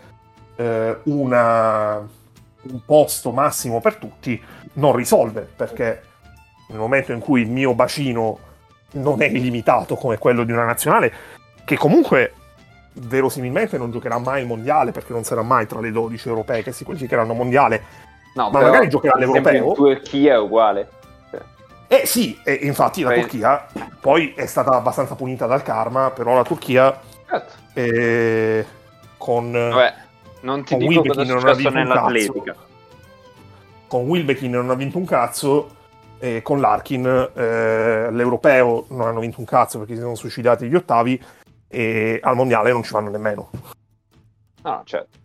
un posto massimo per tutti non risolve, perché nel momento in cui il mio bacino non è illimitato come quello di una nazionale, che comunque verosimilmente non giocherà mai il mondiale, perché non sarà mai tra le 12 europee che si qualificheranno mondiale, ma magari giocherà l'europeo. In Turchia è uguale. Sì, e infatti la Turchia poi è stata abbastanza punita dal karma, però la Turchia non ti dico cosa è successo nell'atletica. Con Wilbekin non ha vinto un cazzo, e con Larkin l'europeo non hanno vinto un cazzo perché si sono suicidati agli ottavi, e al mondiale non ci vanno nemmeno. No, certo.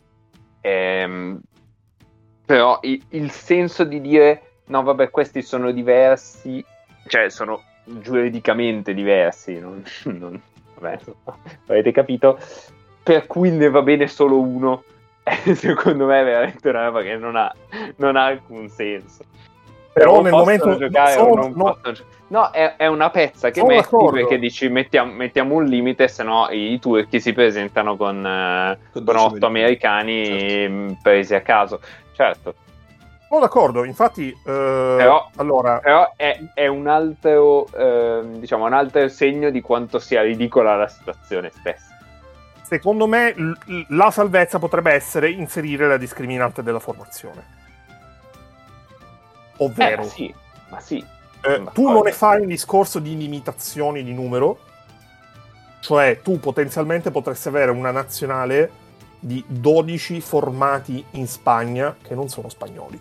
Però il senso di dire no, vabbè, questi sono diversi, cioè sono giuridicamente diversi, vabbè, avete capito, per cui ne va bene solo uno, secondo me è veramente una roba che non ha alcun senso. Però nel momento no, è una pezza che metti d'accordo, perché dici mettiamo un limite, se no i turchi si presentano con 8 americani presi a caso. Certo. Sono d'accordo, infatti però è un altro diciamo un altro segno di quanto sia ridicola la situazione stessa. Secondo me la salvezza potrebbe essere inserire la discriminante della formazione. Ovvero, ma sì. Tu non ne fai un discorso di limitazioni di numero, cioè tu potenzialmente potresti avere una nazionale di 12 formati in Spagna che non sono spagnoli.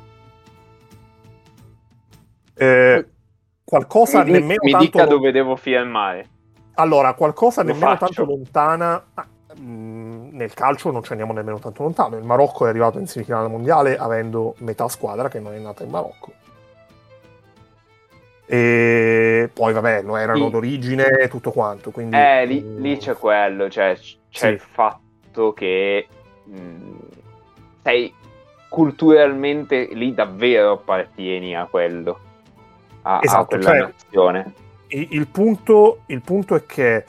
Qualcosa nemmeno mi tanto dica dove devo firmare. Allora, qualcosa nemmeno tanto lontana. Nel calcio non ci andiamo nemmeno tanto lontano. Il Marocco è arrivato in semifinale mondiale avendo metà squadra che non è nata in Marocco. E poi vabbè, lo erano d'origine e tutto quanto. Quindi lì c'è quello, cioè c'è il fatto che sei culturalmente lì davvero appartieni a quello, a quella nazione. Il punto è che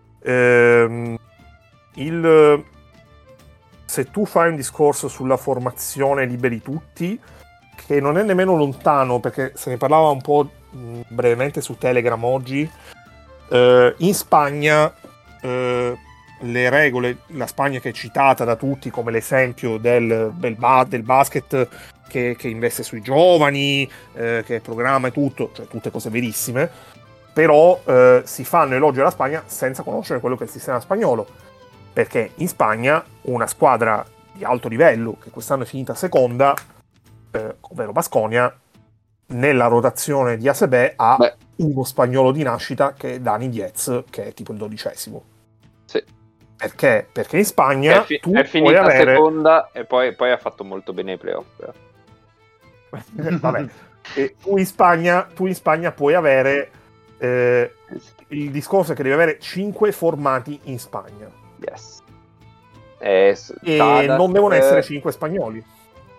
se tu fai un discorso sulla formazione liberi tutti, che non è nemmeno lontano, perché se ne parlava un po' brevemente su Telegram oggi, in Spagna le regole, la Spagna che è citata da tutti come l'esempio del basket che investe sui giovani, che programma e tutto, cioè tutte cose verissime, però si fanno elogi alla Spagna senza conoscere quello che è il sistema spagnolo, perché in Spagna una squadra di alto livello che quest'anno è finita seconda, ovvero Baskonia, nella rotazione di ASB ha uno spagnolo di nascita che è Dani Diez, che è tipo il 12°. Sì. Perché in Spagna tu è finita seconda e poi ha fatto molto bene i playoff. Vabbè. E tu in Spagna puoi avere il discorso è che devi avere 5 formati in Spagna. Yes. E non devono essere 5 spagnoli.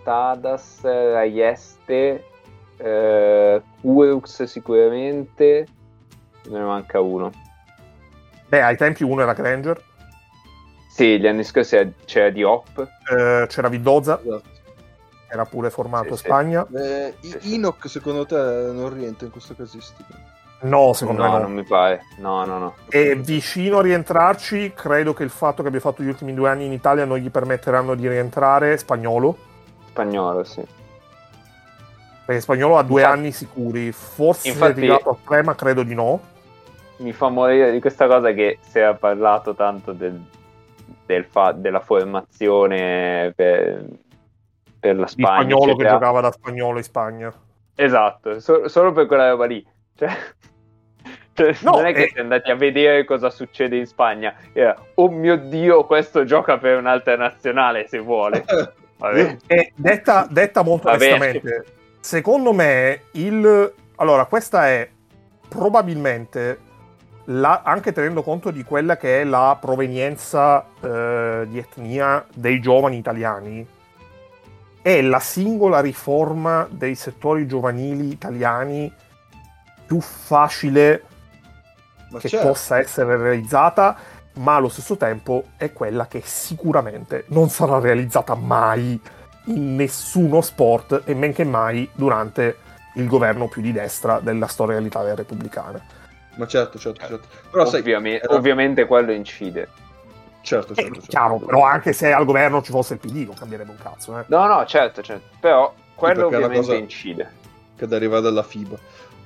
Tadas, Raieste, Kurux sicuramente, me ne manca uno. Beh, ai tempi uno era Granger. Sì, gli anni scorsi c'era Diop. C'era Vildoza, Esatto. era pure formato in Sì. Spagna. Sì. Enoch secondo te non rientra in questa casistica? No, secondo me no. Non mi pare. No. E vicino a rientrarci, credo che il fatto che abbia fatto gli ultimi 2 anni in Italia non gli permetteranno di rientrare. Spagnolo. Spagnolo, sì. Perché Spagnolo ha 2 Infatti- anti sicuri. Forse infatti- è arrivato a 3, ma credo di no. Mi fa morire di questa cosa che si era parlato tanto della formazione per la Di Spagna, Spagnolo eccetera. che giocava da Spagnolo in Spagna. Esatto, solo per quella roba lì. Cioè, No, non è che si è andati a vedere cosa succede in Spagna. Era, oh mio Dio, questo gioca per un'altra nazionale se vuole. Vabbè. E detta molto Vabbè. onestamente, secondo me allora questa è probabilmente anche tenendo conto di quella che è la provenienza di etnia dei giovani italiani, è la singola riforma dei settori giovanili italiani più facile che certo. possa essere realizzata, ma allo stesso tempo è quella che sicuramente non sarà realizzata mai in nessuno sport e men che mai durante il governo più di destra della storia dell'Italia repubblicana. Ma certo. Però Ovviamente quello incide. Certo. Chiaro, però anche se al governo ci fosse il PD non cambierebbe un cazzo. No, certo. Però quello perché è una ovviamente cosa incide. che deriva dalla FIBA.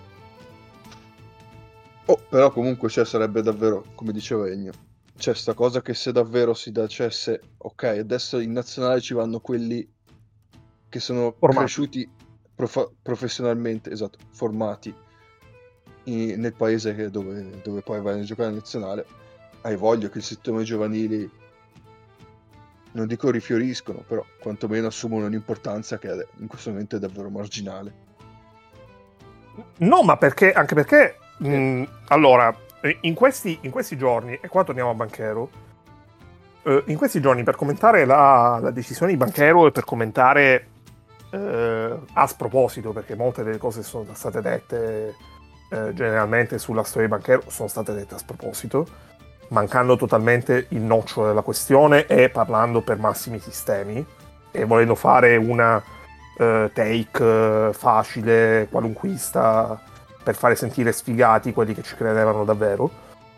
Però comunque sarebbe davvero, come diceva Ennio, c'è sta cosa che se davvero si dicesse ok, adesso in nazionale ci vanno quelli che sono Formati. cresciuti professionalmente, esatto, formati nel paese dove poi vai a giocare in nazionale, hai voglia che il settore giovanili, non dico rifioriscono, però quantomeno assumono un'importanza che in questo momento è davvero marginale. No, ma anche perché allora, in questi giorni, e qua torniamo a Banchero, in questi giorni per commentare la decisione di Banchero e per commentare a sproposito, perché molte delle cose sono state dette generalmente sulla storia di Banchero sono state dette a sproposito, mancando totalmente il nocciolo della questione e parlando per massimi sistemi e volendo fare una take facile, qualunquista, per fare sentire sfigati quelli che ci credevano davvero.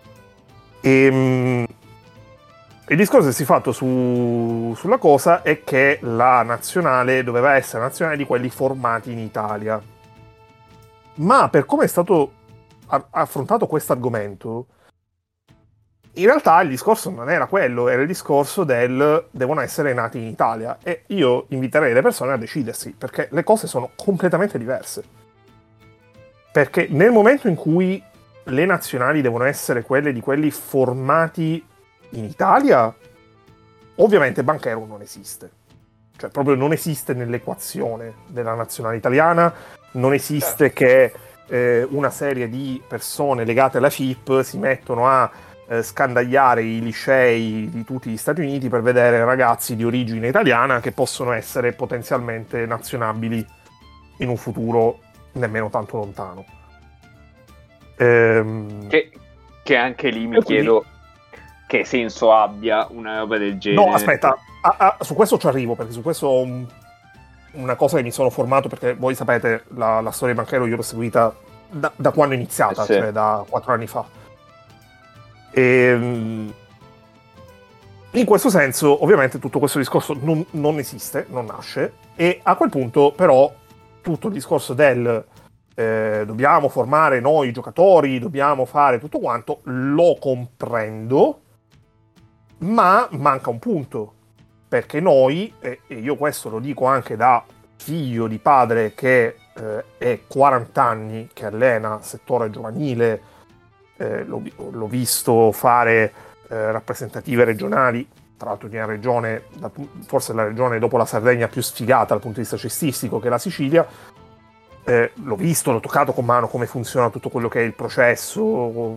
Il discorso che si è fatto sulla cosa è che la nazionale doveva essere la nazionale di quelli formati in Italia. Ma per come è stato affrontato questo argomento, in realtà il discorso non era quello, era il discorso del devono essere nati in Italia. E io inviterei le persone a decidersi, perché le cose sono completamente diverse. Perché nel momento in cui le nazionali devono essere quelle di quelli formati in Italia, ovviamente Banchero non esiste. Cioè proprio non esiste nell'equazione della nazionale italiana, non esiste che una serie di persone legate alla FIP si mettono a scandagliare i licei di tutti gli Stati Uniti per vedere ragazzi di origine italiana che possono essere potenzialmente nazionabili in un futuro nemmeno tanto lontano. Che anche lì mi chiedo che senso abbia una roba del genere. No, aspetta, su questo ci arrivo, perché su questo ho una cosa che mi sono formato, perché voi sapete, la storia di Banchero io l'ho seguita da quando è iniziata, sì. cioè da 4 anni fa. In questo senso, ovviamente, tutto questo discorso non esiste, non nasce, e a quel punto, però, tutto il discorso del dobbiamo formare noi giocatori, dobbiamo fare tutto quanto, lo comprendo, ma manca un punto, perché noi, e io questo lo dico anche da figlio di padre che è 40 anni che allena settore giovanile, l'ho visto fare rappresentative regionali, tra l'altro di una regione, forse la regione dopo la Sardegna più sfigata dal punto di vista cestistico, che è la Sicilia. L'ho visto, l'ho toccato con mano come funziona tutto quello che è il processo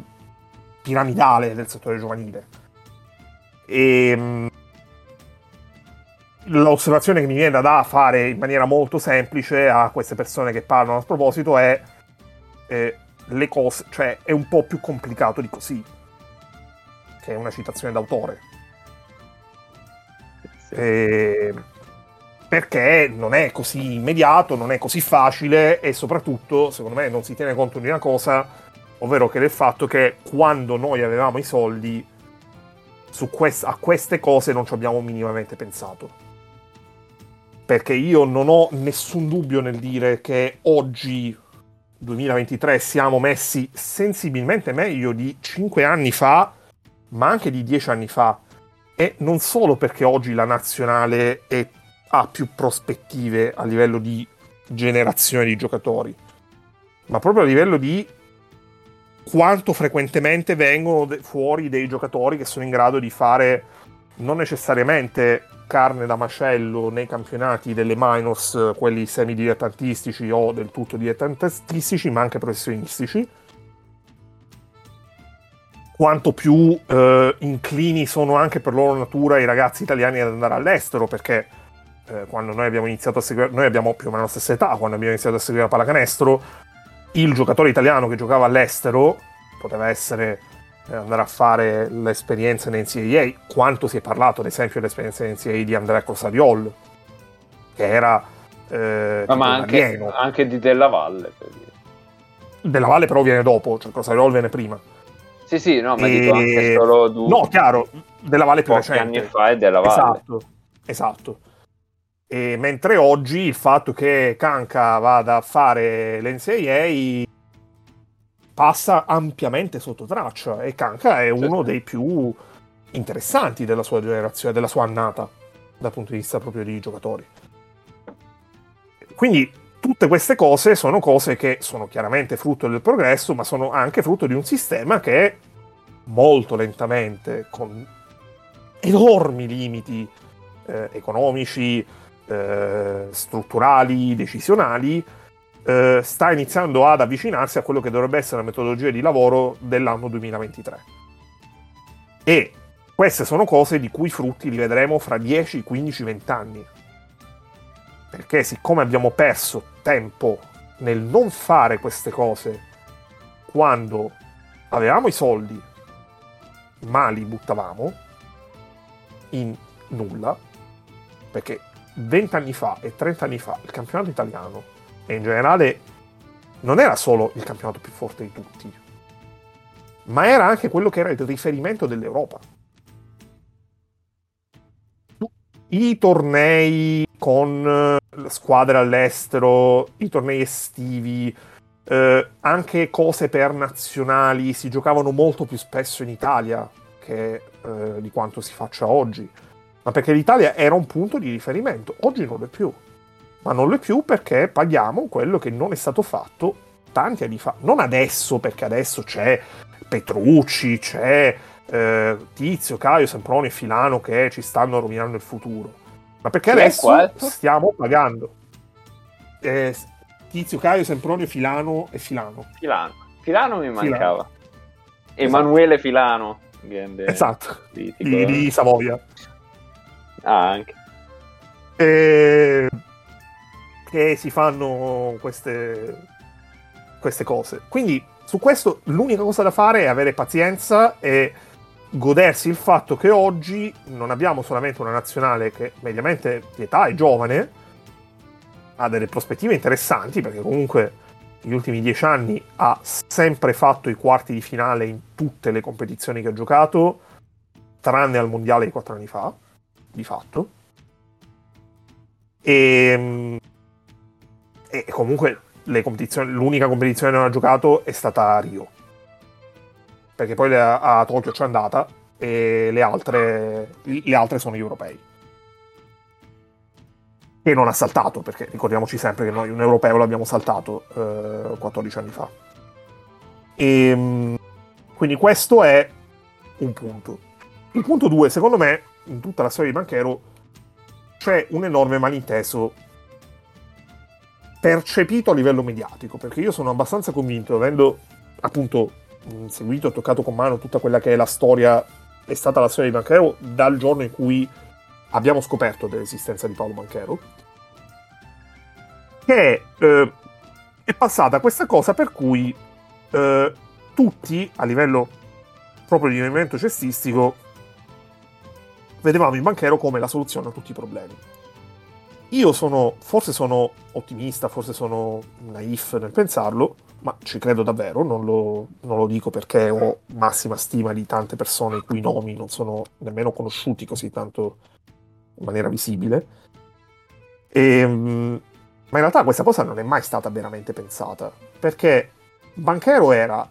piramidale del settore giovanile. E l'osservazione che mi viene da fare in maniera molto semplice a queste persone che parlano a sproposito è le cose, cioè è un po' più complicato di così, che è una citazione d'autore. Perché non è così immediato, non è così facile, e soprattutto, secondo me, non si tiene conto di una cosa, ovvero che del fatto che quando noi avevamo i soldi a queste cose non ci abbiamo minimamente pensato. Perché io non ho nessun dubbio nel dire che oggi, 2023, siamo messi sensibilmente meglio di 5 anni fa, ma anche di 10 anni fa. E non solo perché oggi la nazionale ha più prospettive a livello di generazione di giocatori, ma proprio a livello di quanto frequentemente vengono fuori dei giocatori che sono in grado di fare non necessariamente carne da macello nei campionati delle minors, quelli semidilettantistici o del tutto dilettantistici, ma anche professionistici. Quanto più inclini sono anche per loro natura i ragazzi italiani ad andare all'estero, perché quando noi abbiamo iniziato a seguire, noi abbiamo più o meno la stessa età, quando abbiamo iniziato a seguire la pallacanestro, il giocatore italiano che giocava all'estero poteva essere andare a fare l'esperienza in NCAA. Quanto si è parlato, ad esempio, dell'esperienza in NCAA di Andrea Cosariol, che era ma anche di Della Valle, per dire. Della Valle però viene dopo, cioè Cosariol viene prima. Sì, no, ma dico anche solo no, chiaro, Della Valle più recente. Anni fa è Della Valle. Esatto. E mentre oggi il fatto che Kanka vada a fare l'NCAA passa ampiamente sotto traccia, e Kanka è uno dei più interessanti della sua generazione, della sua annata, dal punto di vista proprio di giocatori. Quindi tutte queste cose sono cose che sono chiaramente frutto del progresso, ma sono anche frutto di un sistema che molto lentamente, con enormi limiti economici, strutturali, decisionali, sta iniziando ad avvicinarsi a quello che dovrebbe essere la metodologia di lavoro dell'anno 2023. E queste sono cose di cui i frutti li vedremo fra 10, 15, 20 anni. Perché siccome abbiamo perso tempo nel non fare queste cose quando avevamo i soldi, ma li buttavamo in nulla, perché 20 anni fa e 30 anni fa il campionato italiano, e in generale, non era solo il campionato più forte di tutti, ma era anche quello che era il riferimento dell'Europa. I tornei con squadre all'estero, i tornei estivi, anche cose per nazionali si giocavano molto più spesso in Italia che di quanto si faccia oggi, ma perché l'Italia era un punto di riferimento. Oggi non lo è più, ma non lo è più perché paghiamo quello che non è stato fatto tanti anni fa. Non adesso, perché adesso c'è Petrucci, c'è Tizio, Caio, Sempronio e Filano che ci stanno rovinando il futuro, ma perché adesso stiamo pagando Tizio, Caio, Sempronio, Filano e Filano mi mancava. Emanuele Filano, esatto, di Savoia, anche che si fanno queste cose. Quindi su questo l'unica cosa da fare è avere pazienza e godersi il fatto che oggi non abbiamo solamente una nazionale che mediamente di età è giovane, ha delle prospettive interessanti, perché comunque negli ultimi 10 anni ha sempre fatto i quarti di finale in tutte le competizioni che ha giocato, tranne al mondiale di 4 anni fa, di fatto. E comunque l'unica competizione che non ha giocato è stata a Rio, perché poi a Tokyo c'è andata, e le altre sono gli europei, che non ha saltato, perché ricordiamoci sempre che noi un europeo l'abbiamo saltato 14 anni fa. E quindi questo è un punto. Il punto 2, secondo me, in tutta la storia di Banchero c'è un enorme malinteso percepito a livello mediatico, perché io sono abbastanza convinto, avendo appunto seguito e toccato con mano tutta quella che è la storia, è stata la storia di Banchero dal giorno in cui abbiamo scoperto dell'esistenza di Paolo Banchero, che è passata questa cosa per cui tutti, a livello proprio di movimento cestistico, vedevamo il Banchero come la soluzione a tutti i problemi. Io forse sono ottimista, forse sono naif nel pensarlo, ma ci credo davvero, non lo dico perché ho massima stima di tante persone i cui nomi non sono nemmeno conosciuti così tanto in maniera visibile. Ma in realtà questa cosa non è mai stata veramente pensata, perché Banchero era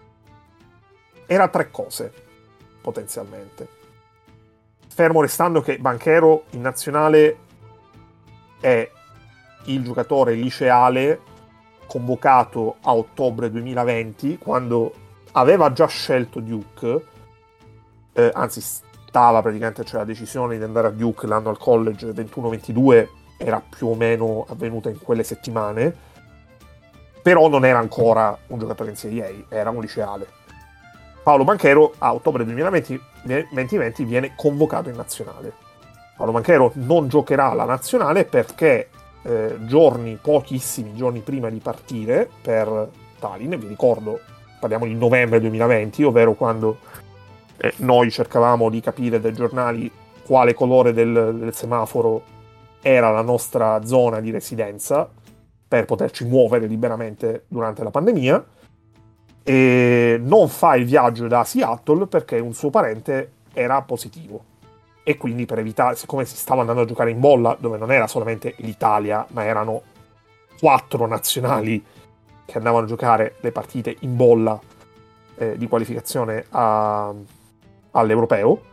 tre cose, potenzialmente. Fermo restando che Banchero in nazionale è il giocatore liceale convocato a ottobre 2020, quando aveva già scelto Duke, anzi stava praticamente, cioè la decisione di andare a Duke l'anno al college 21-22 era più o meno avvenuta in quelle settimane, però non era ancora un giocatore in Serie A, era un liceale. Paolo Banchero a ottobre 2020 viene convocato in nazionale. Paolo Banchero non giocherà la nazionale perché pochissimi giorni prima di partire per Tallinn, vi ricordo, parliamo di novembre 2020, ovvero quando noi cercavamo di capire dai giornali quale colore del semaforo era la nostra zona di residenza per poterci muovere liberamente durante la pandemia, e non fa il viaggio da Seattle perché un suo parente era positivo, e quindi per evitare, siccome si stava andando a giocare in bolla dove non era solamente l'Italia ma erano 4 nazionali che andavano a giocare le partite in bolla di qualificazione all'Europeo,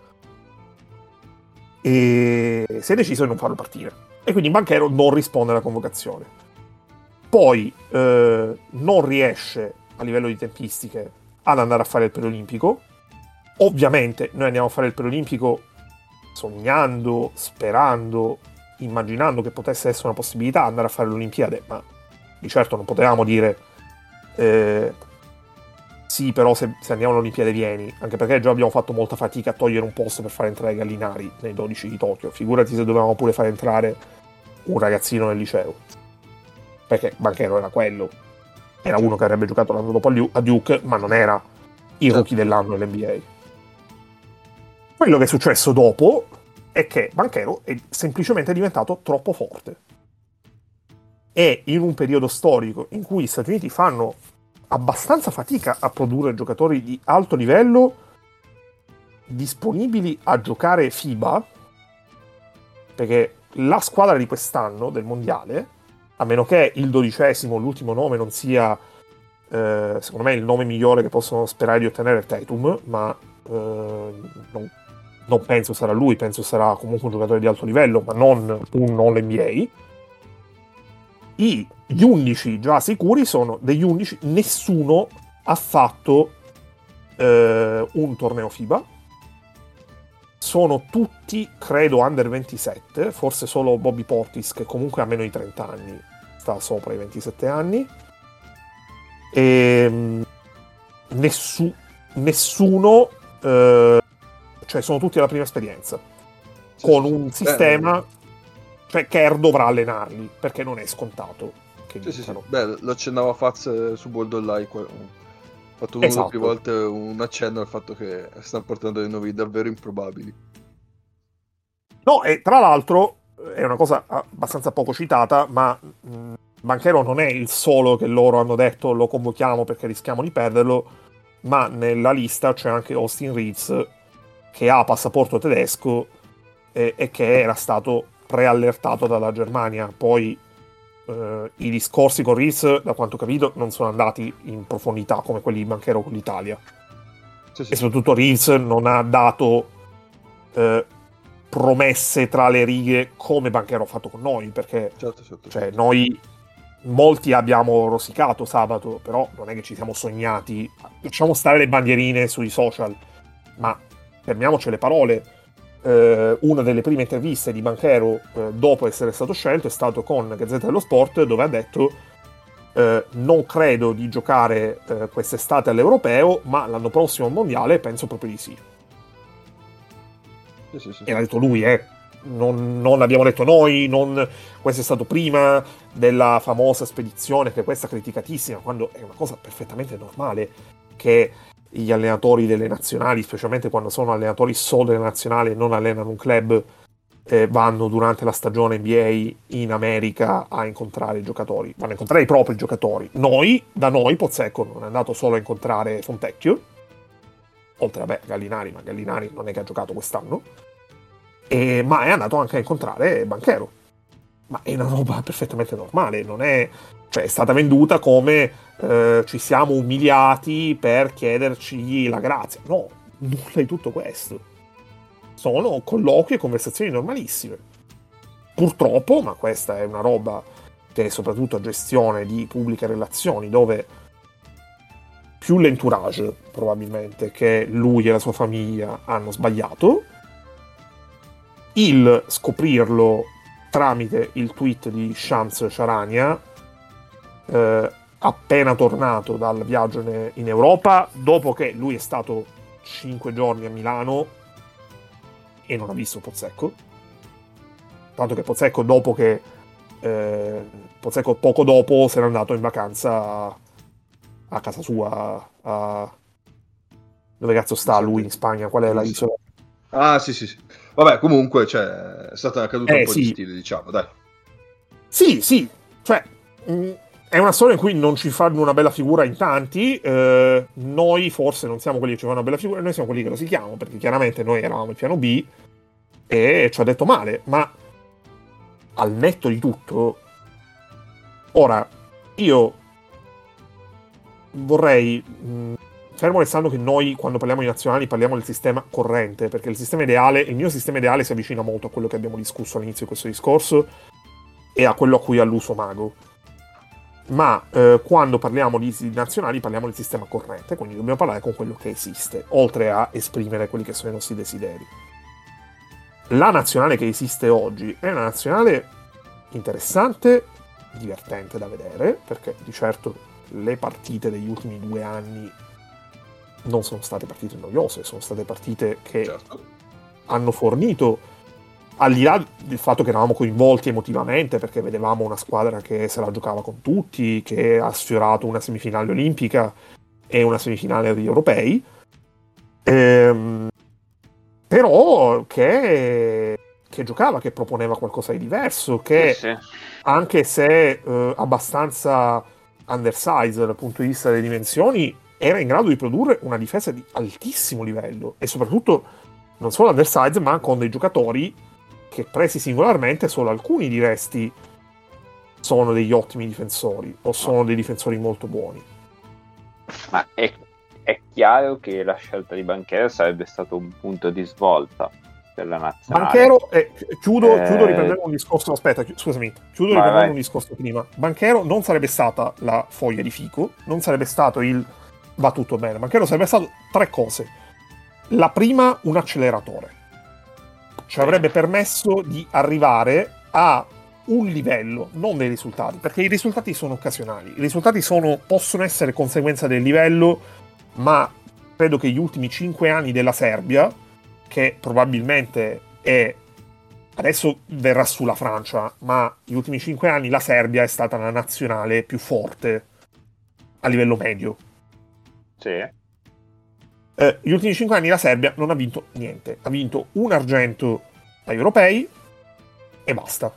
e si è deciso di non farlo partire, e quindi Banchero non risponde alla convocazione. Poi non riesce a livello di tempistiche ad andare a fare il preolimpico. Ovviamente noi andiamo a fare il preolimpico sognando, sperando, immaginando che potesse essere una possibilità andare a fare l'Olimpiade, ma di certo non potevamo dire sì, però se andiamo all'Olimpiade vieni, anche perché già abbiamo fatto molta fatica a togliere un posto per far entrare Gallinari nei 12 di Tokyo, figurati se dovevamo pure far entrare un ragazzino nel liceo, perché Banchero era quello, era uno che avrebbe giocato l'anno dopo a Duke, ma non era il rookie dell'anno nell'NBA. Quello che è successo dopo è che Banchero è semplicemente diventato troppo forte, e in un periodo storico in cui gli Stati Uniti fanno abbastanza fatica a produrre giocatori di alto livello disponibili a giocare FIBA, perché la squadra di quest'anno del mondiale, a meno che il 12°, l'ultimo nome, non sia secondo me il nome migliore che possono sperare di ottenere, Tatum, ma non penso sarà lui, penso sarà comunque un giocatore di alto livello, ma non un All-NBA. Gli 11 già sicuri sono degli 11, nessuno ha fatto un torneo FIBA, sono tutti credo under 27, forse solo Bobby Portis che comunque ha meno di 30 anni, sta sopra i 27 anni, e nessuno cioè sono tutti alla prima esperienza, con un sistema, cioè Kerr dovrà allenarli perché non è scontato che Beh, lo accennava Faz su Bold Online, ho fatto una o più volte un accenno al fatto che stanno portando dei nomi davvero improbabili. No, e tra l'altro è una cosa abbastanza poco citata, ma Banchero non è il solo che loro hanno detto lo convochiamo perché rischiamo di perderlo, ma nella lista c'è anche Austin Reeves, che ha passaporto tedesco e che era stato preallertato dalla Germania. Poi i discorsi con Reeves, da quanto ho capito, non sono andati in profondità come quelli di Banchero con l'Italia. E soprattutto Reeves non ha dato promesse tra le righe come Banchero ha fatto con noi, perché cioè, noi molti abbiamo rosicato sabato, però non è che ci siamo sognati, lasciamo stare le bandierine sui social, ma fermiamoci le parole. Una delle prime interviste di Banchero dopo essere stato scelto è stato con Gazzetta dello Sport, dove ha detto non credo di giocare quest'estate all'Europeo, ma l'anno prossimo al Mondiale penso proprio di sì. E l'ha detto lui, non l'abbiamo detto noi, questo è stato prima della famosa spedizione, che è questa criticatissima, quando è una cosa perfettamente normale che gli allenatori delle nazionali, specialmente quando sono allenatori solo delle nazionali e non allenano un club, vanno durante la stagione NBA in America a incontrare i giocatori, vanno a incontrare i propri giocatori. Da noi Pozzecco non è andato solo a incontrare Fontecchio, oltre a Gallinari, ma Gallinari non è che ha giocato quest'anno, ma è andato anche a incontrare Banchero. Ma è una roba perfettamente normale, non è... Cioè, è stata venduta come ci siamo umiliati per chiederci la grazia. No, nulla di tutto questo. Sono colloqui e conversazioni normalissime. Purtroppo, ma questa è una roba che è soprattutto gestione di pubbliche relazioni, dove più l'entourage, probabilmente, che lui e la sua famiglia hanno sbagliato, il scoprirlo tramite il tweet di Shams Charania, appena tornato dal viaggio in Europa, dopo che lui è stato 5 giorni a Milano e non ha visto Pozzecco, tanto che Pozzecco poco dopo se n'è andato in vacanza a casa sua, dove cazzo sta lui in Spagna, qual è la isola? Ah, sì. Vabbè, comunque, cioè, è stata una caduta un po' di stile, diciamo, dai. Sì, cioè, è una storia in cui non ci fanno una bella figura in tanti. Noi forse non siamo quelli che ci fanno una bella figura, noi siamo quelli che lo rosichiamo, perché chiaramente noi eravamo il piano B e ci ha detto male, ma al netto di tutto, ora, io vorrei... fermo restando che noi, quando parliamo di nazionali, parliamo del sistema corrente, perché il mio sistema ideale si avvicina molto a quello che abbiamo discusso all'inizio di questo discorso e a quello a cui alluso Mago. Ma quando parliamo di nazionali parliamo del sistema corrente, quindi dobbiamo parlare con quello che esiste, oltre a esprimere quelli che sono i nostri desideri. La nazionale che esiste oggi è una nazionale interessante, divertente da vedere, perché di certo le partite degli ultimi 2 anni non sono state partite noiose, sono state partite che hanno fornito, al di là del fatto che eravamo coinvolti emotivamente perché vedevamo una squadra che se la giocava con tutti, che ha sfiorato una semifinale olimpica e una semifinale agli europei, però che giocava, che proponeva qualcosa di diverso, che anche se abbastanza undersized dal punto di vista delle dimensioni, era in grado di produrre una difesa di altissimo livello, e soprattutto non solo undersized, ma con dei giocatori che, presi singolarmente, solo alcuni diresti sono degli ottimi difensori o sono dei difensori molto buoni. Ma è chiaro che la scelta di Banchero sarebbe stato un punto di svolta per la nazionale. Banchero, chiudo riprendendo un discorso, riprendendo un discorso prima. Banchero non sarebbe stata la foglia di fico, non sarebbe stato il va tutto bene. Banchero sarebbe stato 3 cose. La prima, un acceleratore. Ci avrebbe permesso di arrivare a un livello, non dei risultati, perché i risultati sono occasionali. I risultati possono essere conseguenza del livello, ma credo che gli ultimi 5 anni della Serbia, che probabilmente adesso verrà sulla Francia, ma gli ultimi 5 anni la Serbia è stata la nazionale più forte a livello medio. Sì. Gli ultimi 5 anni la Serbia non ha vinto niente. Ha vinto un argento agli europei e basta.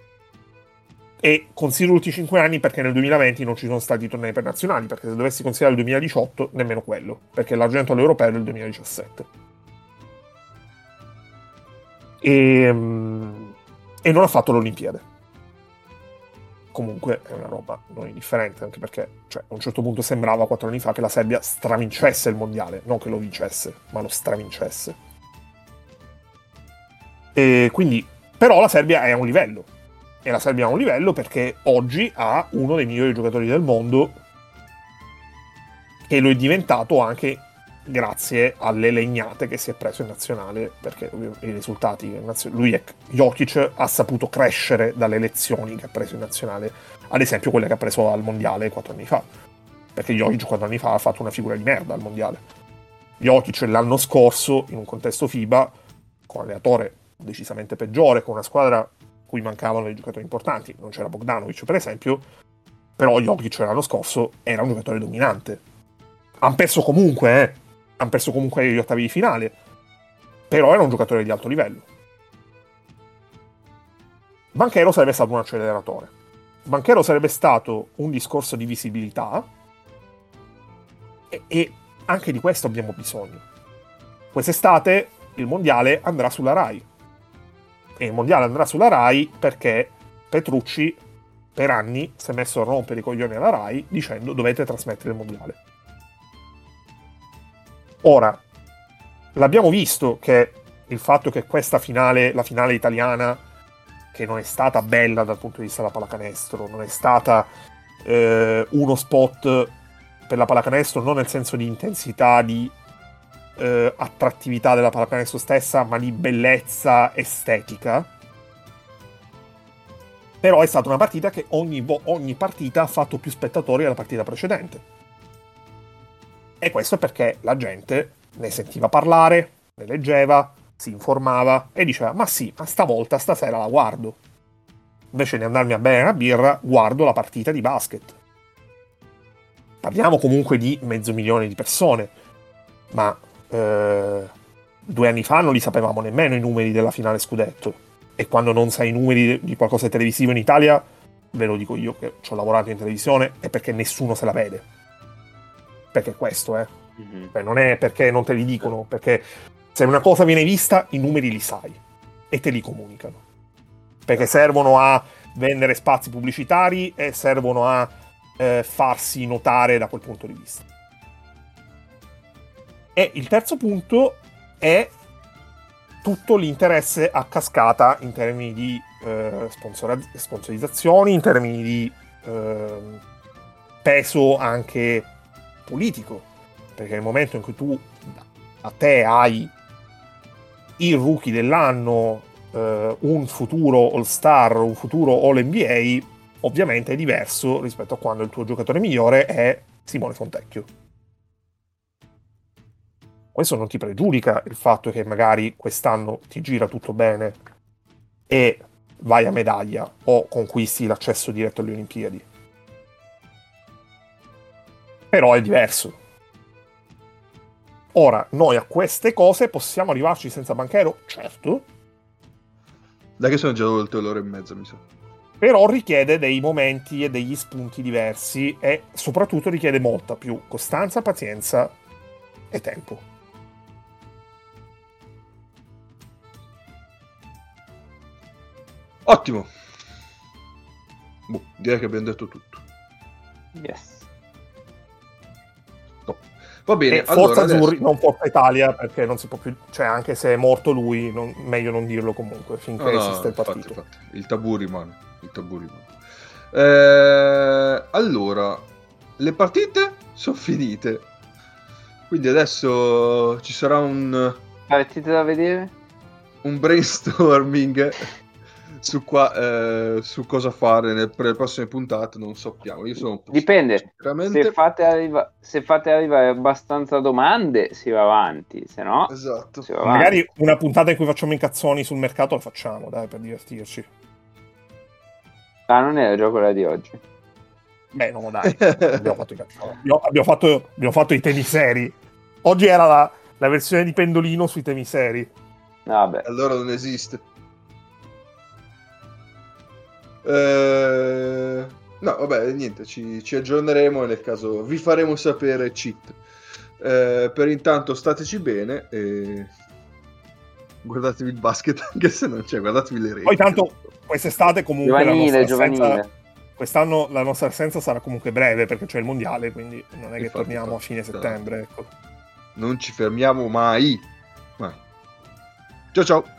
E considero gli ultimi 5 anni perché nel 2020 non ci sono stati tornei per nazionali, perché se dovessi considerare il 2018 nemmeno quello, perché l'argento all'europeo è del 2017. E non ha fatto l'Olimpiade. Comunque è una roba non indifferente, anche perché a un certo punto sembrava 4 anni fa che la Serbia stravincesse il mondiale, non che lo vincesse, ma lo stravincesse. E quindi, però la Serbia è a un livello, e la Serbia ha un livello perché oggi ha uno dei migliori giocatori del mondo, e lo è diventato anche grazie alle legnate che si è preso in nazionale, perché i risultati Jokic ha saputo crescere dalle lezioni che ha preso in nazionale, ad esempio quelle che ha preso al mondiale 4 anni fa, perché Jokic 4 anni fa ha fatto una figura di merda al mondiale. Jokic l'anno scorso, in un contesto FIBA, con allenatore decisamente peggiore, con una squadra cui mancavano dei giocatori importanti. Non c'era Bogdanovic, per esempio, però Jokic l'anno scorso era un giocatore dominante. Han perso comunque gli ottavi di finale, però era un giocatore di alto livello. Banchero sarebbe stato un acceleratore. Banchero sarebbe stato un discorso di visibilità, e anche di questo abbiamo bisogno. Quest'estate il mondiale andrà sulla Rai, e il mondiale andrà sulla Rai perché Petrucci per anni si è messo a rompere i coglioni alla Rai dicendo dovete trasmettere il mondiale. Ora, l'abbiamo visto che il fatto che questa finale, la finale italiana, che non è stata bella dal punto di vista della pallacanestro, non è stata uno spot per la pallacanestro, non nel senso di intensità, di attrattività della pallacanestro stessa, ma di bellezza estetica. Però è stata una partita che ogni partita ha fatto più spettatori della partita precedente. E questo è perché la gente ne sentiva parlare, ne leggeva, si informava e diceva ma sì, ma stasera la guardo. Invece di andarmi a bere una birra, guardo la partita di basket. Parliamo comunque di 500.000 di persone, ma 2 anni fa non li sapevamo nemmeno i numeri della finale scudetto, e quando non sai i numeri di qualcosa di televisivo in Italia, ve lo dico io che ci ho lavorato in televisione, è perché nessuno se la vede, perché questo Beh, non è perché non te li dicono, perché se una cosa viene vista i numeri li sai e te li comunicano, perché servono a vendere spazi pubblicitari e servono a farsi notare da quel punto di vista. E il terzo punto è tutto l'interesse a cascata in termini di sponsorizzazioni, in termini di peso anche politico, perché nel momento in cui tu a te hai il rookie dell'anno, un futuro All-Star, un futuro All-NBA, ovviamente è diverso rispetto a quando il tuo giocatore migliore è Simone Fontecchio. Questo non ti pregiudica il fatto che magari quest'anno ti gira tutto bene e vai a medaglia o conquisti l'accesso diretto alle Olimpiadi. Però è diverso. Ora, noi a queste cose possiamo arrivarci senza Banchero? Certo. Dai che sono già oltre l'ora e mezza, mi sa. Però richiede dei momenti e degli spunti diversi e soprattutto richiede molta più costanza, pazienza e tempo. Ottimo. Direi che abbiamo detto tutto. Yes. Va bene, Forza allora Azzurri, non Forza Italia, perché non si può più, cioè anche se è morto lui, meglio non dirlo comunque finché esiste il partito. Infatti. Il tabù rimane. Allora, le partite sono finite, quindi adesso ci sarà un partite da vedere, un brainstorming su cosa fare per le prossime puntate. Non sappiamo, io sono dipende, se fate arrivare abbastanza domande si va avanti, se no esatto, si va magari avanti. Una puntata in cui facciamo incazzoni sul mercato la facciamo, dai, per divertirci. Non era già quella di oggi. Beh, no, dai, abbiamo fatto i cazzoni. Abbiamo fatto i temi seri. Oggi era la versione di Pendolino sui temi seri. Vabbè. Allora non esiste. No, vabbè, niente, ci aggiorneremo e nel caso vi faremo sapere cheat. Per intanto stateci bene e guardatevi il basket, anche se non c'è, guardatevi le reti. Poi tanto quest'estate comunque giovanile. Quest'anno la nostra assenza sarà comunque breve perché c'è il mondiale, quindi non è che torniamo a fine settembre, ecco. Non ci fermiamo mai. Ciao ciao.